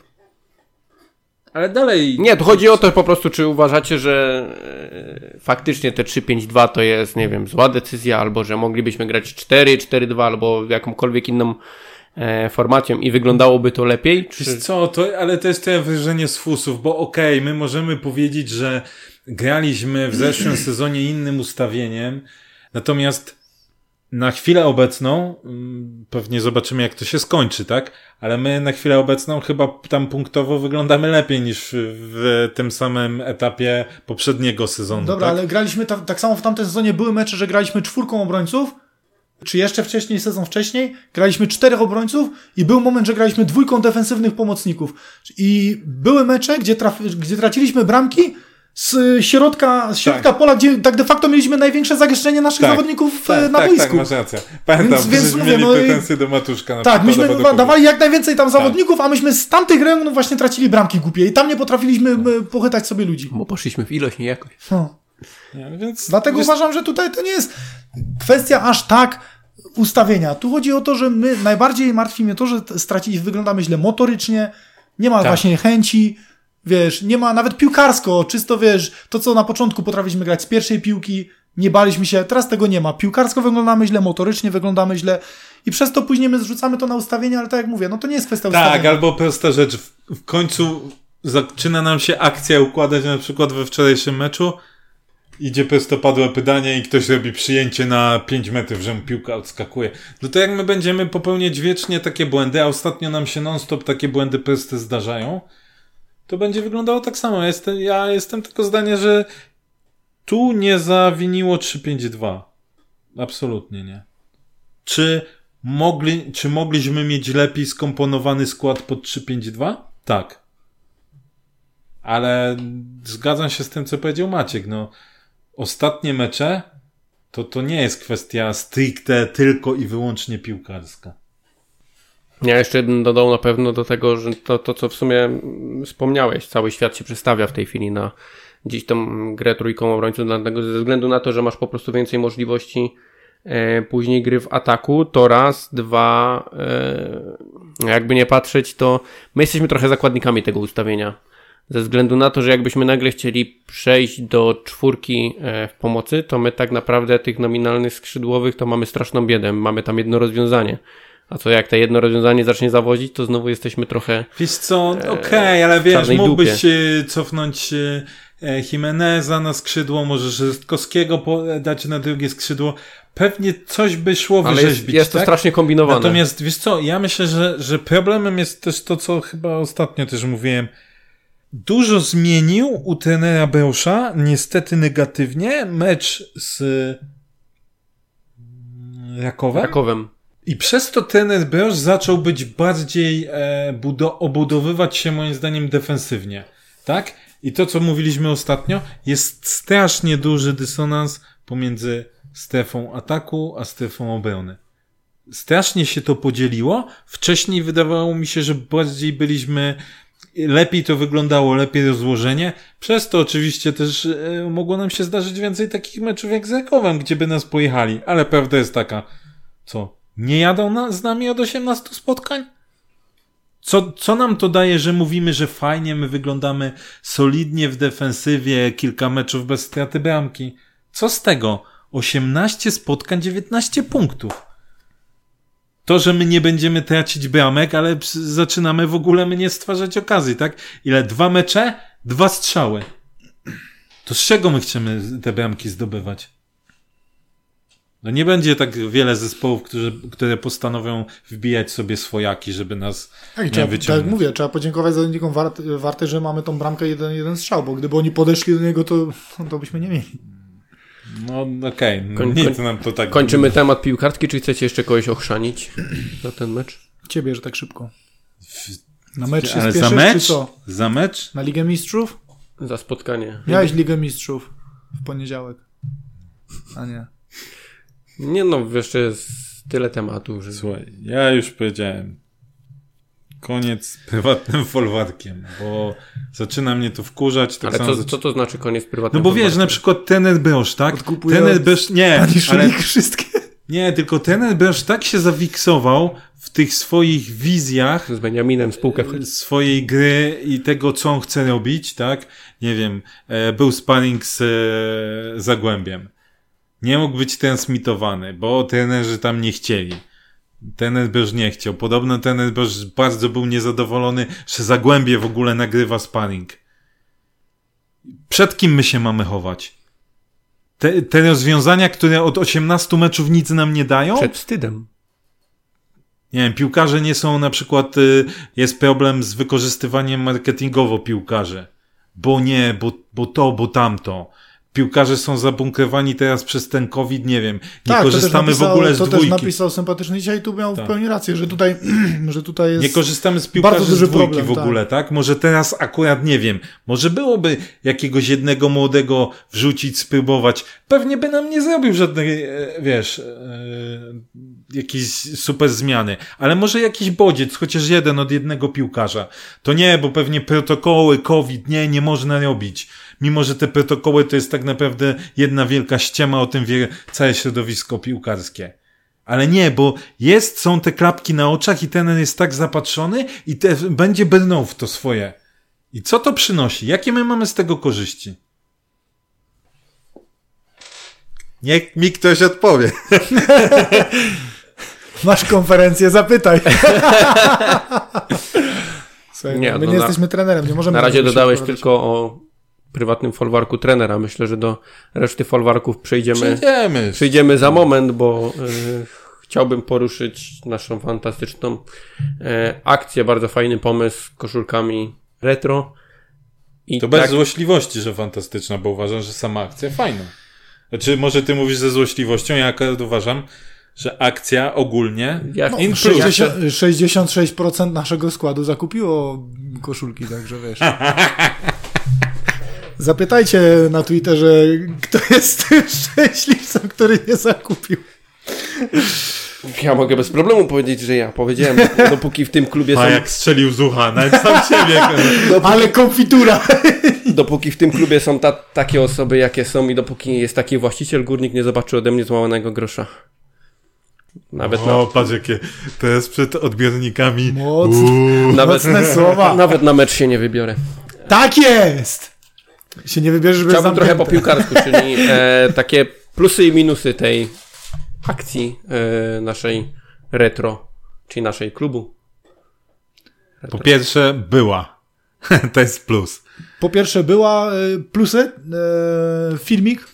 Ale dalej... Nie, tu chodzi o to po prostu, czy uważacie, że e, faktycznie te trzy pięć dwa to jest, nie wiem, zła decyzja, albo że moglibyśmy grać cztery cztery dwa, albo jakąkolwiek inną e, formacją i wyglądałoby to lepiej? Czy... Wiesz co, to, ale to jest to wrażenie z fusów, bo okej, okay, my możemy powiedzieć, że graliśmy w zeszłym sezonie innym ustawieniem, natomiast na chwilę obecną, pewnie zobaczymy jak to się skończy, tak? Ale my na chwilę obecną chyba tam punktowo wyglądamy lepiej niż w tym samym etapie poprzedniego sezonu. Dobra, tak? ale graliśmy ta, tak samo w tamtym sezonie były mecze, że graliśmy czwórką obrońców, czy jeszcze wcześniej, sezon wcześniej, graliśmy czterech obrońców i był moment, że graliśmy dwójką defensywnych pomocników. I były mecze, gdzie, traf, gdzie traciliśmy bramki z środka, z środka tak. pola, gdzie tak de facto mieliśmy największe zagęszczenie naszych tak. zawodników tak, na tak, boisku. Tak, masz rację. Pamiętam, więc, więc mówię, mieli no pretensje do Matuszka. Na tak, myśmy dawali jak najwięcej tam zawodników, tak. a myśmy z tamtych rejonów właśnie tracili bramki głupie i tam nie potrafiliśmy tak. pochytać sobie ludzi. Bo poszliśmy w ilość, nie jakoś. No. Nie, więc Dlatego jest... uważam, że tutaj to nie jest kwestia aż tak ustawienia. Tu chodzi o to, że my najbardziej martwi mnie to, że straciliśmy, wyglądamy źle motorycznie, nie ma tak. właśnie chęci. Wiesz, nie ma nawet piłkarsko, czysto wiesz, to co na początku potrafiliśmy grać z pierwszej piłki, nie baliśmy się, teraz tego nie ma. Piłkarsko wyglądamy źle, motorycznie wyglądamy źle i przez to później my zrzucamy to na ustawienie, ale tak jak mówię, no to nie jest kwestia ustawienia. Tak, albo prosta rzecz, w, w końcu zaczyna nam się akcja układać, na przykład we wczorajszym meczu, idzie prostopadłe pytanie i ktoś robi przyjęcie na pięć metrów, że mu piłka odskakuje. No to jak my będziemy popełniać wiecznie takie błędy, a ostatnio nam się non-stop takie błędy proste zdarzają, to będzie wyglądało tak samo. Ja jestem, ja jestem tylko zdania, że tu nie zawiniło trzy pięć dwa. Absolutnie nie. Czy mogli, czy mogliśmy mieć lepiej skomponowany skład pod trzy pięć dwa? Tak. Ale zgadzam się z tym, co powiedział Maciek. No, ostatnie mecze to, to nie jest kwestia stricte tylko i wyłącznie piłkarska. Ja jeszcze dodał na pewno do tego, że to, to co w sumie wspomniałeś, cały świat się przestawia w tej chwili na gdzieś tą grę trójką obrońców, dlatego ze względu na to, że masz po prostu więcej możliwości e, później gry w ataku, to raz, dwa, e, jakby nie patrzeć, to my jesteśmy trochę zakładnikami tego ustawienia. Ze względu na to, że jakbyśmy nagle chcieli przejść do czwórki e, w pomocy, to my tak naprawdę tych nominalnych skrzydłowych to mamy straszną biedę, mamy tam jedno rozwiązanie. A co, jak to jedno rozwiązanie zacznie zawodzić, to znowu jesteśmy trochę... Wiesz co, okej, okay, ale wiesz, mógłbyś dupie. cofnąć e, Jimeneza na skrzydło, możesz Rystkowskiego dać na drugie skrzydło. Pewnie coś by szło ale wyrzeźbić, jest, jest tak? to strasznie kombinowane. Natomiast, wiesz co, ja myślę, że, że problemem jest też to, co chyba ostatnio też mówiłem. Dużo zmienił u trenera Bełsza, niestety negatywnie, mecz z Rakowem. Rakowem. I przez to trener Bełsz zaczął być bardziej e, budo- obudowywać się moim zdaniem defensywnie. Tak? I to, co mówiliśmy ostatnio, jest strasznie duży dysonans pomiędzy strefą ataku a strefą obrony. Strasznie się to podzieliło. Wcześniej wydawało mi się, że bardziej byliśmy, lepiej to wyglądało, lepiej rozłożenie. Przez to oczywiście też e, mogło nam się zdarzyć więcej takich meczów jak z Rakowem, gdzie by nas pojechali. Ale prawda jest taka, co? Nie jadą na, z nami od osiemnastu spotkań? Co, co nam to daje, że mówimy, że fajnie, my wyglądamy solidnie w defensywie, kilka meczów bez straty bramki? Co z tego? osiemnaście spotkań, dziewiętnaście punktów. To, że my nie będziemy tracić bramek, ale zaczynamy w ogóle my nie stwarzać okazji, tak? Ile? Dwa mecze? Dwa strzały. To z czego my chcemy te bramki zdobywać? No nie będzie tak wiele zespołów, którzy, które postanowią wbijać sobie swojaki, żeby nas tak, nie trzeba, wyciągnąć. Tak mówię, trzeba podziękować zawodnikom Wart, Warty, że mamy tą bramkę jeden, jeden strzał, bo gdyby oni podeszli do niego, to, to byśmy nie mieli. No okej, okay. Koń, nic nam to tak... Kończymy temat piłkarski, czy chcecie jeszcze kogoś ochrzanić za ten mecz? Ciebie, że tak szybko. Na mecz się Ale spieszysz, za mecz? czy co? Za mecz? Na Ligę Mistrzów? Za spotkanie. Miałeś Ligę Mistrzów w poniedziałek. A nie. Nie no, jeszcze jest tyle tematów, że... Słuchaj, ja już powiedziałem, koniec z prywatnym folwarkiem, bo zaczyna mnie to wkurzać. Tak ale samo co, zaczy... co to znaczy koniec z prywatnym No bo folwarkiem? wiesz, na przykład trener Bełsz, tak? Odkupuję Trener Bełsz, nie, ale... wszystkie. Nie, tylko trener Bełsz tak się zawiksował w tych swoich wizjach z Beniaminem spółkę swojej gry i tego, co on chce robić, tak? Nie wiem, e, był sparring z e, Zagłębiem. Nie mógł być transmitowany, bo trenerzy tam nie chcieli. Trener Bełsz nie chciał. Podobno trener Bełsz bardzo był niezadowolony, że Zagłębie w ogóle nagrywa sparring. Przed kim my się mamy chować? Te, te rozwiązania, które od osiemnastu meczów nic nam nie dają? Przed wstydem. Nie wiem, piłkarze nie są na przykład, y, jest problem z wykorzystywaniem marketingowo piłkarzy. Bo nie, bo, bo to, bo tamto. Piłkarze są zabunkrowani teraz przez ten COVID, nie wiem. Nie tak, korzystamy napisał, w ogóle z to dwójki. To też napisał sympatyczny dzisiaj i tu miał tak. w pełni rację, że tutaj, że tutaj jest nie korzystamy z piłkarzy bardzo duży z dwójki problem, w ogóle, tak. tak? Może teraz akurat, nie wiem, może byłoby jakiegoś jednego młodego wrzucić, spróbować. Pewnie by nam nie zrobił żadnej, wiesz, e, jakiejś super zmiany. Ale może jakiś bodziec, chociaż jeden od jednego piłkarza. To nie, bo pewnie protokoły, COVID, nie, nie można robić. Mimo że te protokoły to jest tak naprawdę jedna wielka ściema, o tym wie całe środowisko piłkarskie. Ale nie, bo jest, są te klapki na oczach i ten jest tak zapatrzony i te, będzie brnął w to swoje. I co to przynosi? Jakie my mamy z tego korzyści? Niech mi ktoś odpowie. Masz konferencję, zapytaj. Słuchaj, nie, my no nie na, jesteśmy trenerem, nie możemy... Na razie dodałeś tylko o prywatnym folwarku trenera. Myślę, że do reszty folwarków przejdziemy, przejdziemy. przejdziemy za moment, bo y, chciałbym poruszyć naszą fantastyczną y, akcję, bardzo fajny pomysł z koszulkami retro. I to tak... bez złośliwości, że fantastyczna, bo uważam, że sama akcja fajna. Znaczy, może ty mówisz ze złośliwością, ja akurat uważam, że akcja ogólnie... Jak No, in sześćdziesiąt, sześćdziesiąt sześć procent naszego składu zakupiło koszulki, także wiesz. Zapytajcie na Twitterze, kto jest tym szczęśliwcem, który nie zakupił. Ja mogę bez problemu powiedzieć, że ja powiedziałem, dopóki w tym klubie są... A jak strzelił z ucha, nawet sam siebie. Dopóki... Ale konfitura! Dopóki w tym klubie są ta, takie osoby, jakie są i dopóki jest taki właściciel, Górnik nie zobaczy ode mnie złamanego grosza. Nawet o, na... patrz jakie to jest przed odbiornikami. Mocne, nawet, mocne słowa. Nawet na mecz się nie wybiorę. Tak jest! Się nie wybierzesz bez Chciałbym trochę po piłkarsku, czyli e, takie plusy i minusy tej akcji e, naszej retro, czyli naszej klubu. Retro. Po pierwsze była. To jest plus. Po pierwsze była y, plusy, y, filmik.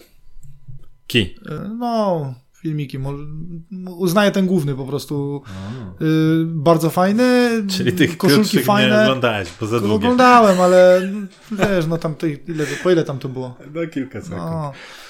Ki. Y, no, filmiki. Może, uznaję ten główny po prostu. Y, bardzo fajny. Czyli tych koszulki fajne. nie oglądałeś, bo za długie. Oglądałem, ale wiesz, no tam tych, ile, po ile tam to było? No kilka sekund. No,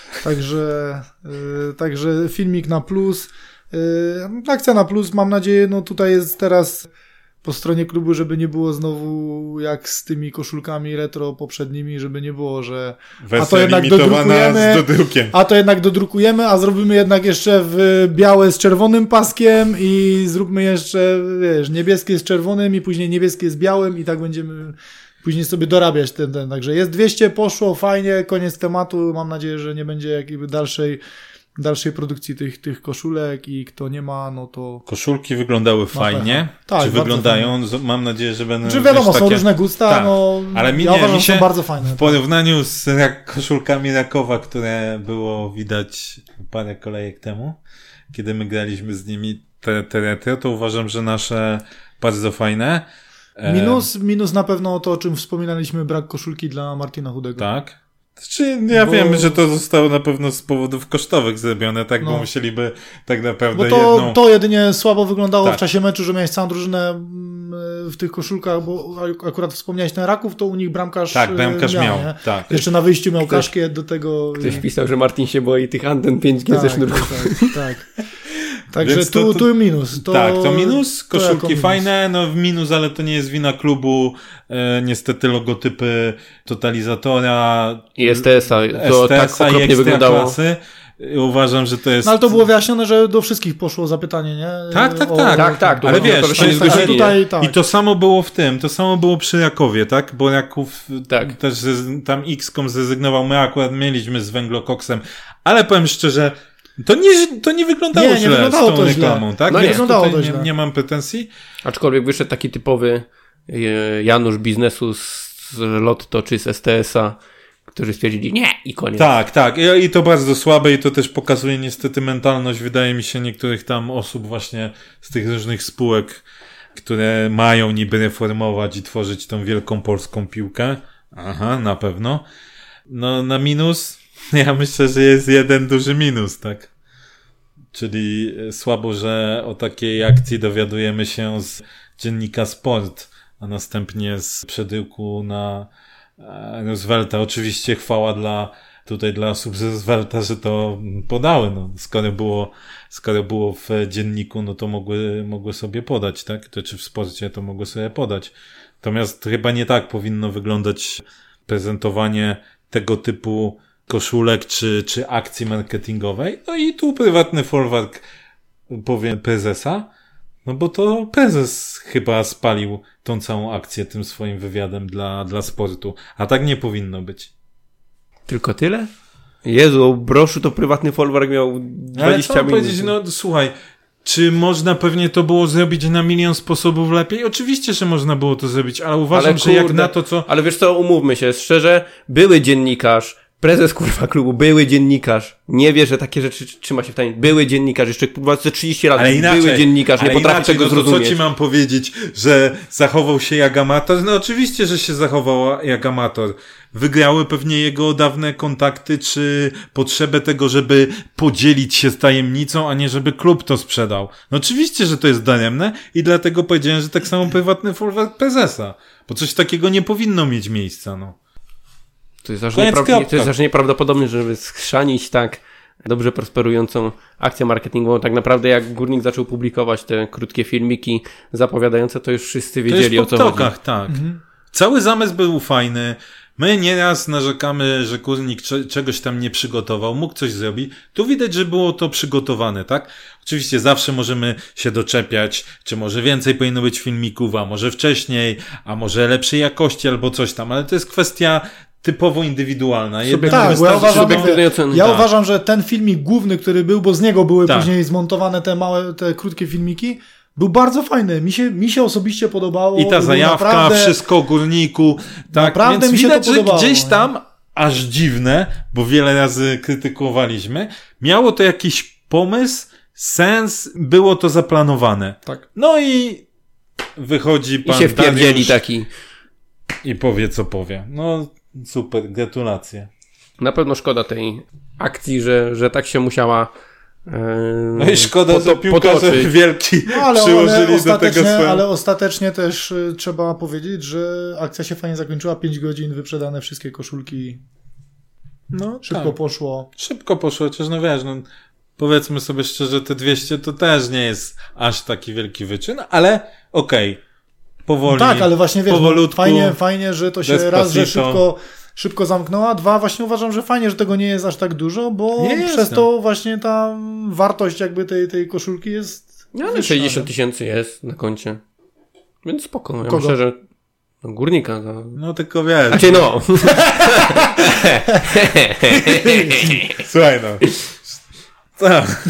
także, y, także filmik na plus. Y, akcja na plus, mam nadzieję, no tutaj jest teraz po stronie klubu, żeby nie było znowu jak z tymi koszulkami retro poprzednimi, żeby nie było, że Wersja a to jednak dodrukujemy, z dodrukiem. a to jednak dodrukujemy, a zrobimy jednak jeszcze w białe z czerwonym paskiem i zróbmy jeszcze, wiesz, niebieskie z czerwonym i później niebieskie z białym i tak będziemy później sobie dorabiać ten, ten. Także jest dwieście, poszło, fajnie, koniec tematu. Mam nadzieję, że nie będzie jakby dalszej dalszej produkcji tych, tych koszulek i kto nie ma, no to... Koszulki wyglądały fajnie. Tak, czy wyglądają? Fajnie. Mam nadzieję, że będą... Czy wiadomo, takie... są różne gusta, tak. no ale mi, ja nie, uważam, mi się że są bardzo fajne. W porównaniu z rak- koszulkami Rakowa, które było widać parę kolejek temu, kiedy my graliśmy z nimi te, te retro, to uważam, że nasze bardzo fajne. Minus, minus na pewno to, o czym wspominaliśmy, brak koszulki dla Martina Chudego. Tak. Znaczy, ja bo... wiem, że to zostało na pewno z powodów kosztowych zrobione, tak, no. Bo musieliby tak naprawdę bo to, jedną... to jedynie słabo wyglądało tak. w czasie meczu, że miałeś całą drużynę w tych koszulkach, bo akurat wspomniałeś ten Raków, to u nich bramkarz Tak, bramkarz miał, miał tak. Jeszcze na wyjściu miał ktoś, kaszkiet do tego... Ktoś pisał, że Martin się boi tych anten pięć G tak, ze sznurków. Tak, tak. Także Więc tu, to, to, tu minus. To, tak, to minus, koszulki to minus. fajne, no w minus, ale to nie jest wina klubu, e, niestety logotypy totalizatora i S T S-a, to tak okropnie wyglądało. Klasy. Uważam, że to jest... No ale to było wyjaśnione, że do wszystkich poszło zapytanie, nie? Tak, tak, o, tak. tak, tak. Ale wiesz, to to jest, ale tutaj, tak. i to samo było w tym, to samo było przy Rakowie, tak? Bo Raków tak. też tam X-kom zrezygnował, my akurat mieliśmy z węglokoksem, ale powiem szczerze, to nie, to nie wyglądało nie, nie źle wyglądało z tą to reklamą, źle. tak? No Więc nie wyglądało to nie, źle. nie mam pretensji. Aczkolwiek wyszedł taki typowy Janusz biznesu z Lotto czy z S T S-a, którzy stwierdzili nie i koniec. Tak, tak. I, I to bardzo słabe i to też pokazuje niestety mentalność, wydaje mi się, niektórych tam osób właśnie z tych różnych spółek, które mają niby reformować i tworzyć tą wielką polską piłkę. Aha, na pewno. No na minus, ja myślę, że jest jeden duży minus, tak? Czyli słabo, że o takiej akcji dowiadujemy się z dziennika Sport, a następnie z przedyłku na Roosevelta. Oczywiście chwała dla tutaj dla osób z Roosevelta, że to podały. No, skoro było, skoro było w dzienniku, no to mogły, mogły sobie podać, tak? To czy w sporcie to mogły sobie podać. Natomiast chyba nie tak powinno wyglądać prezentowanie tego typu koszulek czy, czy akcji marketingowej. No i tu prywatny folwark powie prezesa, no bo to prezes chyba spalił tą całą akcję tym swoim wywiadem dla, dla sportu. A tak nie powinno być. Tylko tyle? Jezu, broszu to prywatny folwark miał dwadzieścia Ale co minut. powiedzieć, no słuchaj, czy można pewnie to było zrobić na milion sposobów lepiej? Oczywiście, że można było to zrobić, ale uważam, ale że kurde, jak na to, co... Ale wiesz co, umówmy się, szczerze, były dziennikarz, prezes kurwa klubu, były dziennikarz, nie wie, że takie rzeczy trzyma się w tajemnicy. Były dziennikarz, jeszcze kurwa ze trzydzieści lat, ale inaczej, były dziennikarz, nie ale potrafi inaczej, tego no to zrozumieć. co ci mam powiedzieć, że zachował się jak amator? No oczywiście, że się zachował jak amator. Wygrały pewnie jego dawne kontakty, czy potrzebę tego, żeby podzielić się z tajemnicą, a nie żeby klub to sprzedał. No oczywiście, że to jest daremne i dlatego powiedziałem, że tak samo prywatny folwark prezesa. Bo coś takiego nie powinno mieć miejsca, no. To jest aż, niepra- to jest aż nieprawdopodobne, żeby schrzanić tak dobrze prosperującą akcję marketingową. Tak naprawdę jak Górnik zaczął publikować te krótkie filmiki zapowiadające, to już wszyscy wiedzieli, o co chodzi. Tak. Mhm. Cały zamysł był fajny. My nieraz narzekamy, że Górnik cze- czegoś tam nie przygotował, mógł coś zrobić. Tu widać, że było to przygotowane, tak? Oczywiście zawsze możemy się doczepiać, czy może więcej powinno być filmików, a może wcześniej, a może lepszej jakości albo coś tam, ale to jest kwestia typowo indywidualna. Sobie, tak, bo ja, uważam, że, ja tak. uważam, że ten filmik główny, który był, bo z niego były tak. później zmontowane te małe, te krótkie filmiki, był bardzo fajny. Mi się, mi się osobiście podobało. I ta zajawka, naprawdę, wszystko o Górniku. Tak, naprawdę więc mi się widać, to podobało, że gdzieś tam, nie? aż dziwne, bo wiele razy krytykowaliśmy, miało to jakiś pomysł, sens, było to zaplanowane. Tak. No i wychodzi pan I się wpierdzieli Dariusz taki. I powie, co powie. No, super, gratulacje. Na pewno szkoda tej akcji, że, że tak się musiała No i szkoda, poto- że piłkarze potoczyć. wielki no, ale, przyłożyli ale do tego swoje... Ale ostatecznie też y, trzeba powiedzieć, że akcja się fajnie zakończyła. pięć godzin, wyprzedane wszystkie koszulki. No, Szybko tak. poszło. Szybko poszło, chociaż no wiesz, no, powiedzmy sobie szczerze, te dwieście to też nie jest aż taki wielki wyczyn, ale okej, okay. powoli, no tak, ale właśnie wiesz, powolutku, no, fajnie, fajnie, że to się Despacito. raz, że szybko, szybko zamknęła, dwa, właśnie uważam, że fajnie, że tego nie jest aż tak dużo, bo Nie przez jest, to no. właśnie ta wartość jakby tej, tej koszulki jest No ale wyższa, sześćdziesiąt nie? tysięcy jest na koncie. Więc spoko. Ja Kogo? myślę, że no, Górnika. To... No tylko wiesz. Znaczy no. Słuchaj no. Co?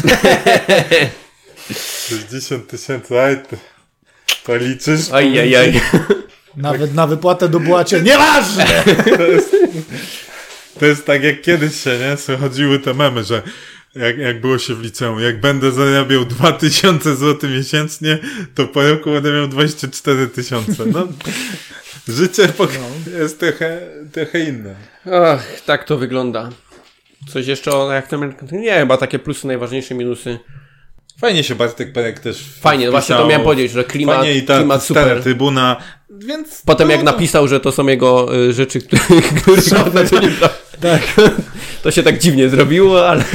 sześćdziesiąt tysięcy, aj ty. To liczysz? Ajajaj. Nawet na wypłatę do błacie, nieważne! To jest, to jest tak jak kiedyś się, nie? Chodziły te memy, że jak, jak było się w liceum, jak będę zarabiał dwa tysiące złotych miesięcznie, to po roku będę miał dwadzieścia cztery tysiące. No, życie po... jest trochę, trochę inne. Ach, tak to wygląda. Coś jeszcze o jak to... Nie, chyba takie plusy, najważniejsze minusy. Fajnie się Bartek Perek też Fajnie, no właśnie to miałem powiedzieć, że klimat, Fajnie i ta, klimat stara super. trybuna, więc... Potem no, jak to... napisał, że to są jego y, rzeczy, których on na co nie brał. Tak. To się tak dziwnie zrobiło, ale...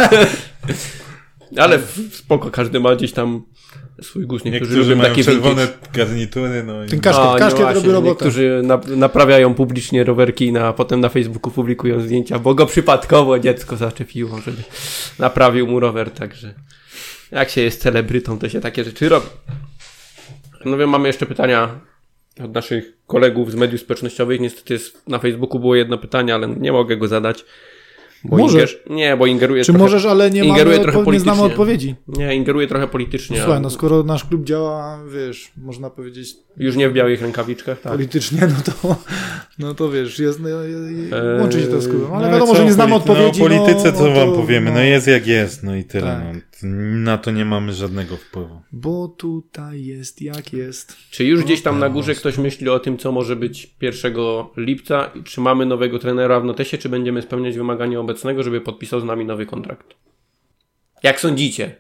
ale spoko, każdy ma gdzieś tam swój gust. Niektórzy, Niektórzy lubią mają takie czerwone vintage. garnitury, no i... Ten kaszkiet, A, kaszkiet no robi właśnie, robotę. niektórzy na, naprawiają publicznie rowerki, a potem na Facebooku publikują zdjęcia, bo go przypadkowo dziecko zaczepiło, żeby naprawił mu rower, także jak się jest celebrytą, to się takie rzeczy robi. No wiem, mamy jeszcze pytania od naszych kolegów z mediów społecznościowych. Niestety jest, na Facebooku było jedno pytanie, ale nie mogę go zadać. Bo Możesz. Inger... Nie, bo ingeruje Czy trochę... możesz, ale nie, ingeruje mamy trochę odpo- nie znamy politycznie. odpowiedzi. Nie, ingeruje trochę politycznie. Słuchaj, ale no skoro nasz klub działa, wiesz, można powiedzieć już nie w białych rękawiczkach, tak. politycznie, no to, no to wiesz, jest, Eee, łączy się to z klubem. Ale no wiadomo, co, że nie znamy polity- odpowiedzi. No o polityce no, co no wam to, powiemy, no. no jest jak jest, no i tyle. Tak. No. Na to nie mamy żadnego wpływu. Bo tutaj jest jak jest. Czy już gdzieś tam na górze ktoś myśli o tym, co może być pierwszego lipca? I czy mamy nowego trenera w notesie, czy będziemy spełniać wymagania obecnego, żeby podpisał z nami nowy kontrakt? Jak sądzicie?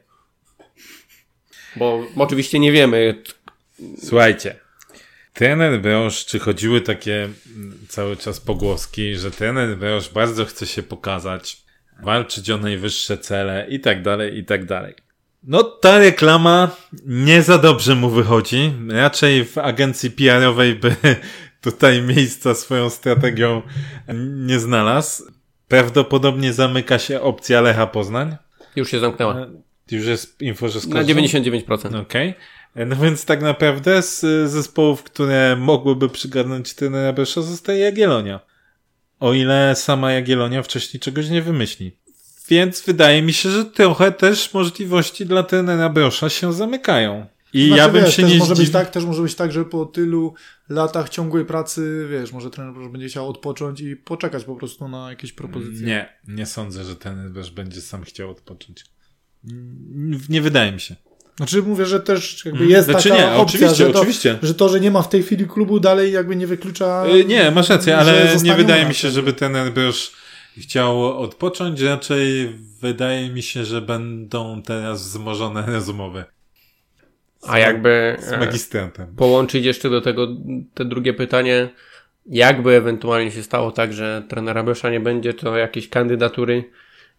Bo oczywiście nie wiemy. Słuchajcie, trener Broż, czy chodziły takie cały czas pogłoski, że trener Broż bardzo chce się pokazać, walczyć o najwyższe cele i tak dalej, i tak dalej. No ta reklama nie za dobrze mu wychodzi. Raczej w agencji P R-owej by tutaj miejsca swoją strategią nie znalazł. Prawdopodobnie zamyka się opcja Lecha Poznań. Już się zamknęła. Już jest info, że skończą? Na dziewięćdziesiąt dziewięć procent. Okej. Okay. No więc tak naprawdę z zespołów, które mogłyby przygarnąć trenera Brosza, zostaje Jagiellonia. O ile sama Jagiellonia wcześniej czegoś nie wymyśli. Więc wydaje mi się, że trochę też możliwości dla trenera Brosza się zamykają. I Znaczy, ja bym wiesz, się też nie może zdziwił. być tak, też może być tak, że po tylu latach ciągłej pracy, wiesz, może trener Broż będzie chciał odpocząć i poczekać po prostu na jakieś propozycje. Nie, nie sądzę, że trener Brosz będzie sam chciał odpocząć. Nie wydaje mi się. Znaczy mówię, że też jakby jest Znaczy taka nie, opcja, oczywiście, że, to, oczywiście. że to, że nie ma w tej chwili klubu dalej jakby nie wyklucza... Yy, Nie, masz rację, że ale nie zostanie wydaje u nas. mi się, żeby trener Brosz chciał odpocząć. Raczej wydaje mi się, że będą teraz wzmożone rozmowy. A jakby Z magistratem. połączyć jeszcze do tego te drugie pytanie, jakby ewentualnie się stało tak, że trenera Brosza nie będzie, to jakieś kandydatury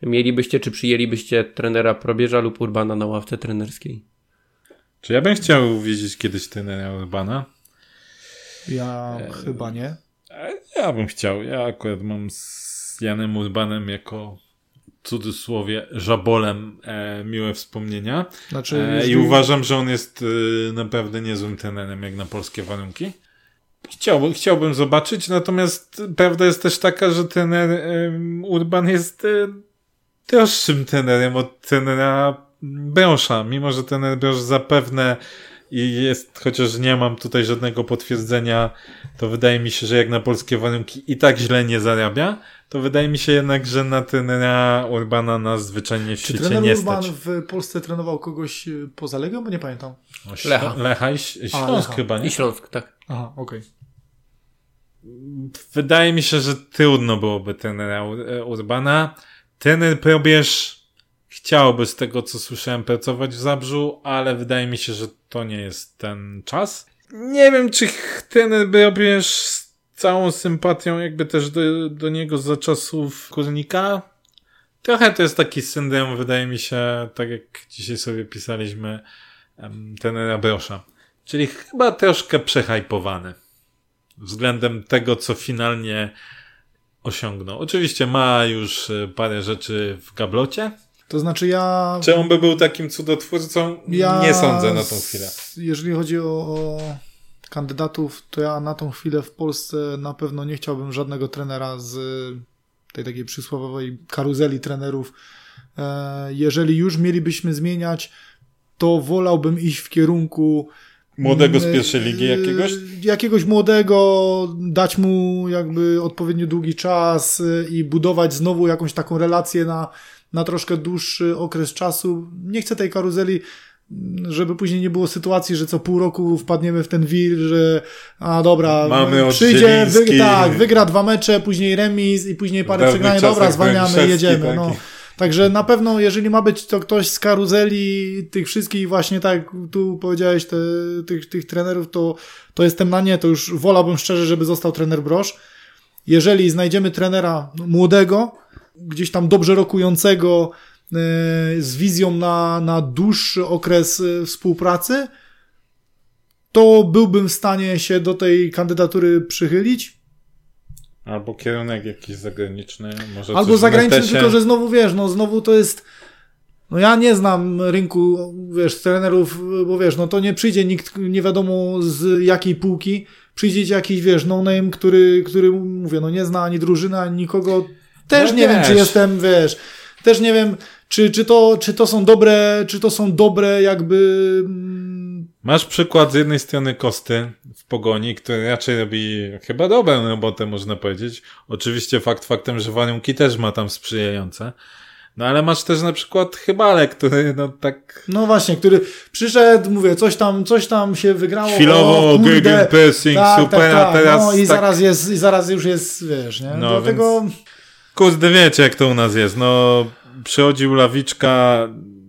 mielibyście, czy przyjęlibyście trenera Probierza lub Urbana na ławce trenerskiej? Czy ja bym chciał widzieć kiedyś trenera Urbana? Ja e... chyba nie. Ja bym chciał. Ja akurat mam z Janem Urbanem jako w cudzysłowie żabolem e, miłe wspomnienia. Znaczy, e, jeśli... I uważam, że on jest e, naprawdę niezłym trenerem jak na polskie warunki. Chciałbym, chciałbym zobaczyć, natomiast prawda jest też taka, że trener e, Urban jest e, droższym trenerem od trenera Brosza. Mimo że trener Brosz zapewne i jest, chociaż nie mam tutaj żadnego potwierdzenia, to wydaje mi się, że jak na polskie warunki i tak źle nie zarabia, to wydaje mi się jednak, że na trenera Urbana nas zwyczajnie w Czy świecie trener nie Urban stać. w Polsce trenował kogoś poza Legią? Bo nie pamiętam. O, Śl- Lecha. Lecha i Śląsk A, Lecha. chyba, nie? I Śląsk, tak. Aha, okej. Okay. Wydaje mi się, że trudno byłoby trenera Urbana. Trener Probierz chciałby z tego, co słyszałem, pracować w Zabrzu, ale wydaje mi się, że to nie jest ten czas. Nie wiem, czy trener Probierz z całą sympatią jakby też do, do niego za czasów Kurnika. Trochę to jest taki syndrom, wydaje mi się, tak jak dzisiaj sobie pisaliśmy, um, trenera Brosza. Czyli chyba troszkę przehajpowany względem tego, co finalnie osiągnął. Oczywiście ma już parę rzeczy w gablocie. To znaczy ja... Czy on by był takim cudotwórcą? Ja... Nie sądzę na tą chwilę. Jeżeli chodzi o, o kandydatów, to ja na tą chwilę w Polsce na pewno nie chciałbym żadnego trenera z tej takiej przysłowiowej karuzeli trenerów. Jeżeli już mielibyśmy zmieniać, to wolałbym iść w kierunku młodego z pierwszej ligi jakiegoś? Jakiegoś młodego, dać mu jakby odpowiednio długi czas i budować znowu jakąś taką relację na, na troszkę dłuższy okres czasu. Nie chcę tej karuzeli, żeby później nie było sytuacji, że co pół roku wpadniemy w ten wir, że a dobra, mamy przyjdzie, wy, tak, wygra dwa mecze, później remis i później parę przegrania, dobra, zwalniamy, jedziemy. Taki. No. Także na pewno, jeżeli ma być to ktoś z karuzeli tych wszystkich właśnie, tak jak tu powiedziałeś, te, tych, tych trenerów, to, to jestem na nie, to już wolałbym szczerze, żeby został trener Brosz. Jeżeli znajdziemy trenera młodego, gdzieś tam dobrze rokującego, yy, z wizją na, na dłuższy okres yy, współpracy, to byłbym w stanie się do tej kandydatury przychylić. Albo kierunek jakiś zagraniczny. Może Albo zagraniczny, tylko że znowu wiesz, no znowu to jest, no ja nie znam rynku, wiesz, trenerów, bo wiesz, no to nie przyjdzie nikt, nie wiadomo z jakiej półki, przyjdzie jakiś, wiesz, no-name, który, który, mówię, no nie zna ani drużyny, ani nikogo. Też no nie wiesz. wiem, czy jestem, wiesz, też nie wiem, czy, czy to, czy to są dobre, czy to są dobre jakby... Masz przykład z jednej strony Kosty w Pogoni, który raczej robi chyba dobrą robotę, można powiedzieć. Oczywiście fakt faktem, że warunki też ma tam sprzyjające. No ale masz też na przykład Chybale, który no tak... No właśnie, który przyszedł, mówię, coś tam, coś tam się wygrało. Chwilowo, gegenpressing, tak, super, tak, tak. a teraz... No i tak... zaraz jest, i zaraz już jest, wiesz, nie? No Dlatego... Więc... Kurde, wiecie jak to u nas jest. No, przychodził Lawiczka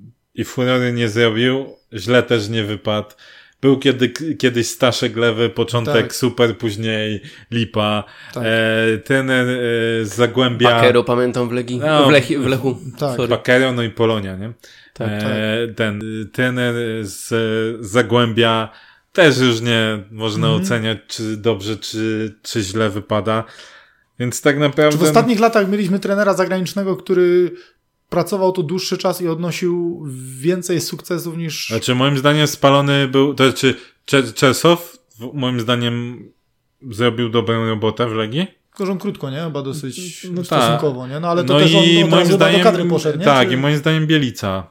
i furory nie zrobił. Źle też nie wypadł. Był kiedy, kiedyś Staszek Lewy, początek tak. super, później lipa. Tak. E, trener e, z Zagłębia. Pakero pamiętam w Legii, no, w, Lechi, w Lechu. Tak. Pakero, no i Polonia, nie? Tak, e, tak. Ten trener z Zagłębia też już nie można mhm. oceniać, czy dobrze, czy, czy źle wypada. Więc tak naprawdę... Czy w ostatnich latach mieliśmy trenera zagranicznego, który pracował tu dłuższy czas i odnosił więcej sukcesów niż... Znaczy moim zdaniem spalony był, to znaczy Czersow moim zdaniem zrobił dobrą robotę w Legii. Tylko, że on krótko, nie? Chyba dosyć no stosunkowo, ta. nie? No ale to no też i on moim zdaniem, do kadry poszedł, nie? Tak, Czy... i moim zdaniem Bielica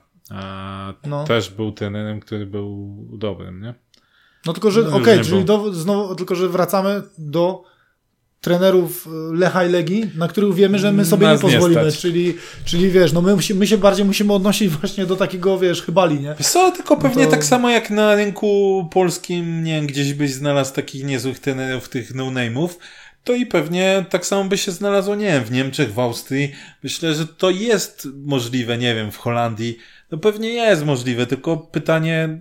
a, no. też był trenerem, który był dobrym, nie? No tylko, że no, okej, okay, czyli do, znowu, tylko, że wracamy do trenerów Lecha i Legii, na których wiemy, że my sobie Nas nie pozwolimy, nie czyli, czyli wiesz, no my, my się bardziej musimy odnosić właśnie do takiego, wiesz, chybali, nie? Wiesz co, tylko pewnie to... tak samo jak na rynku polskim, nie wiem, gdzieś byś znalazł takich niezłych trenerów, tych no-name'ów, to i pewnie tak samo by się znalazło, nie wiem, w Niemczech, w Austrii. Myślę, że to jest możliwe, nie wiem, w Holandii. No pewnie jest możliwe, tylko pytanie,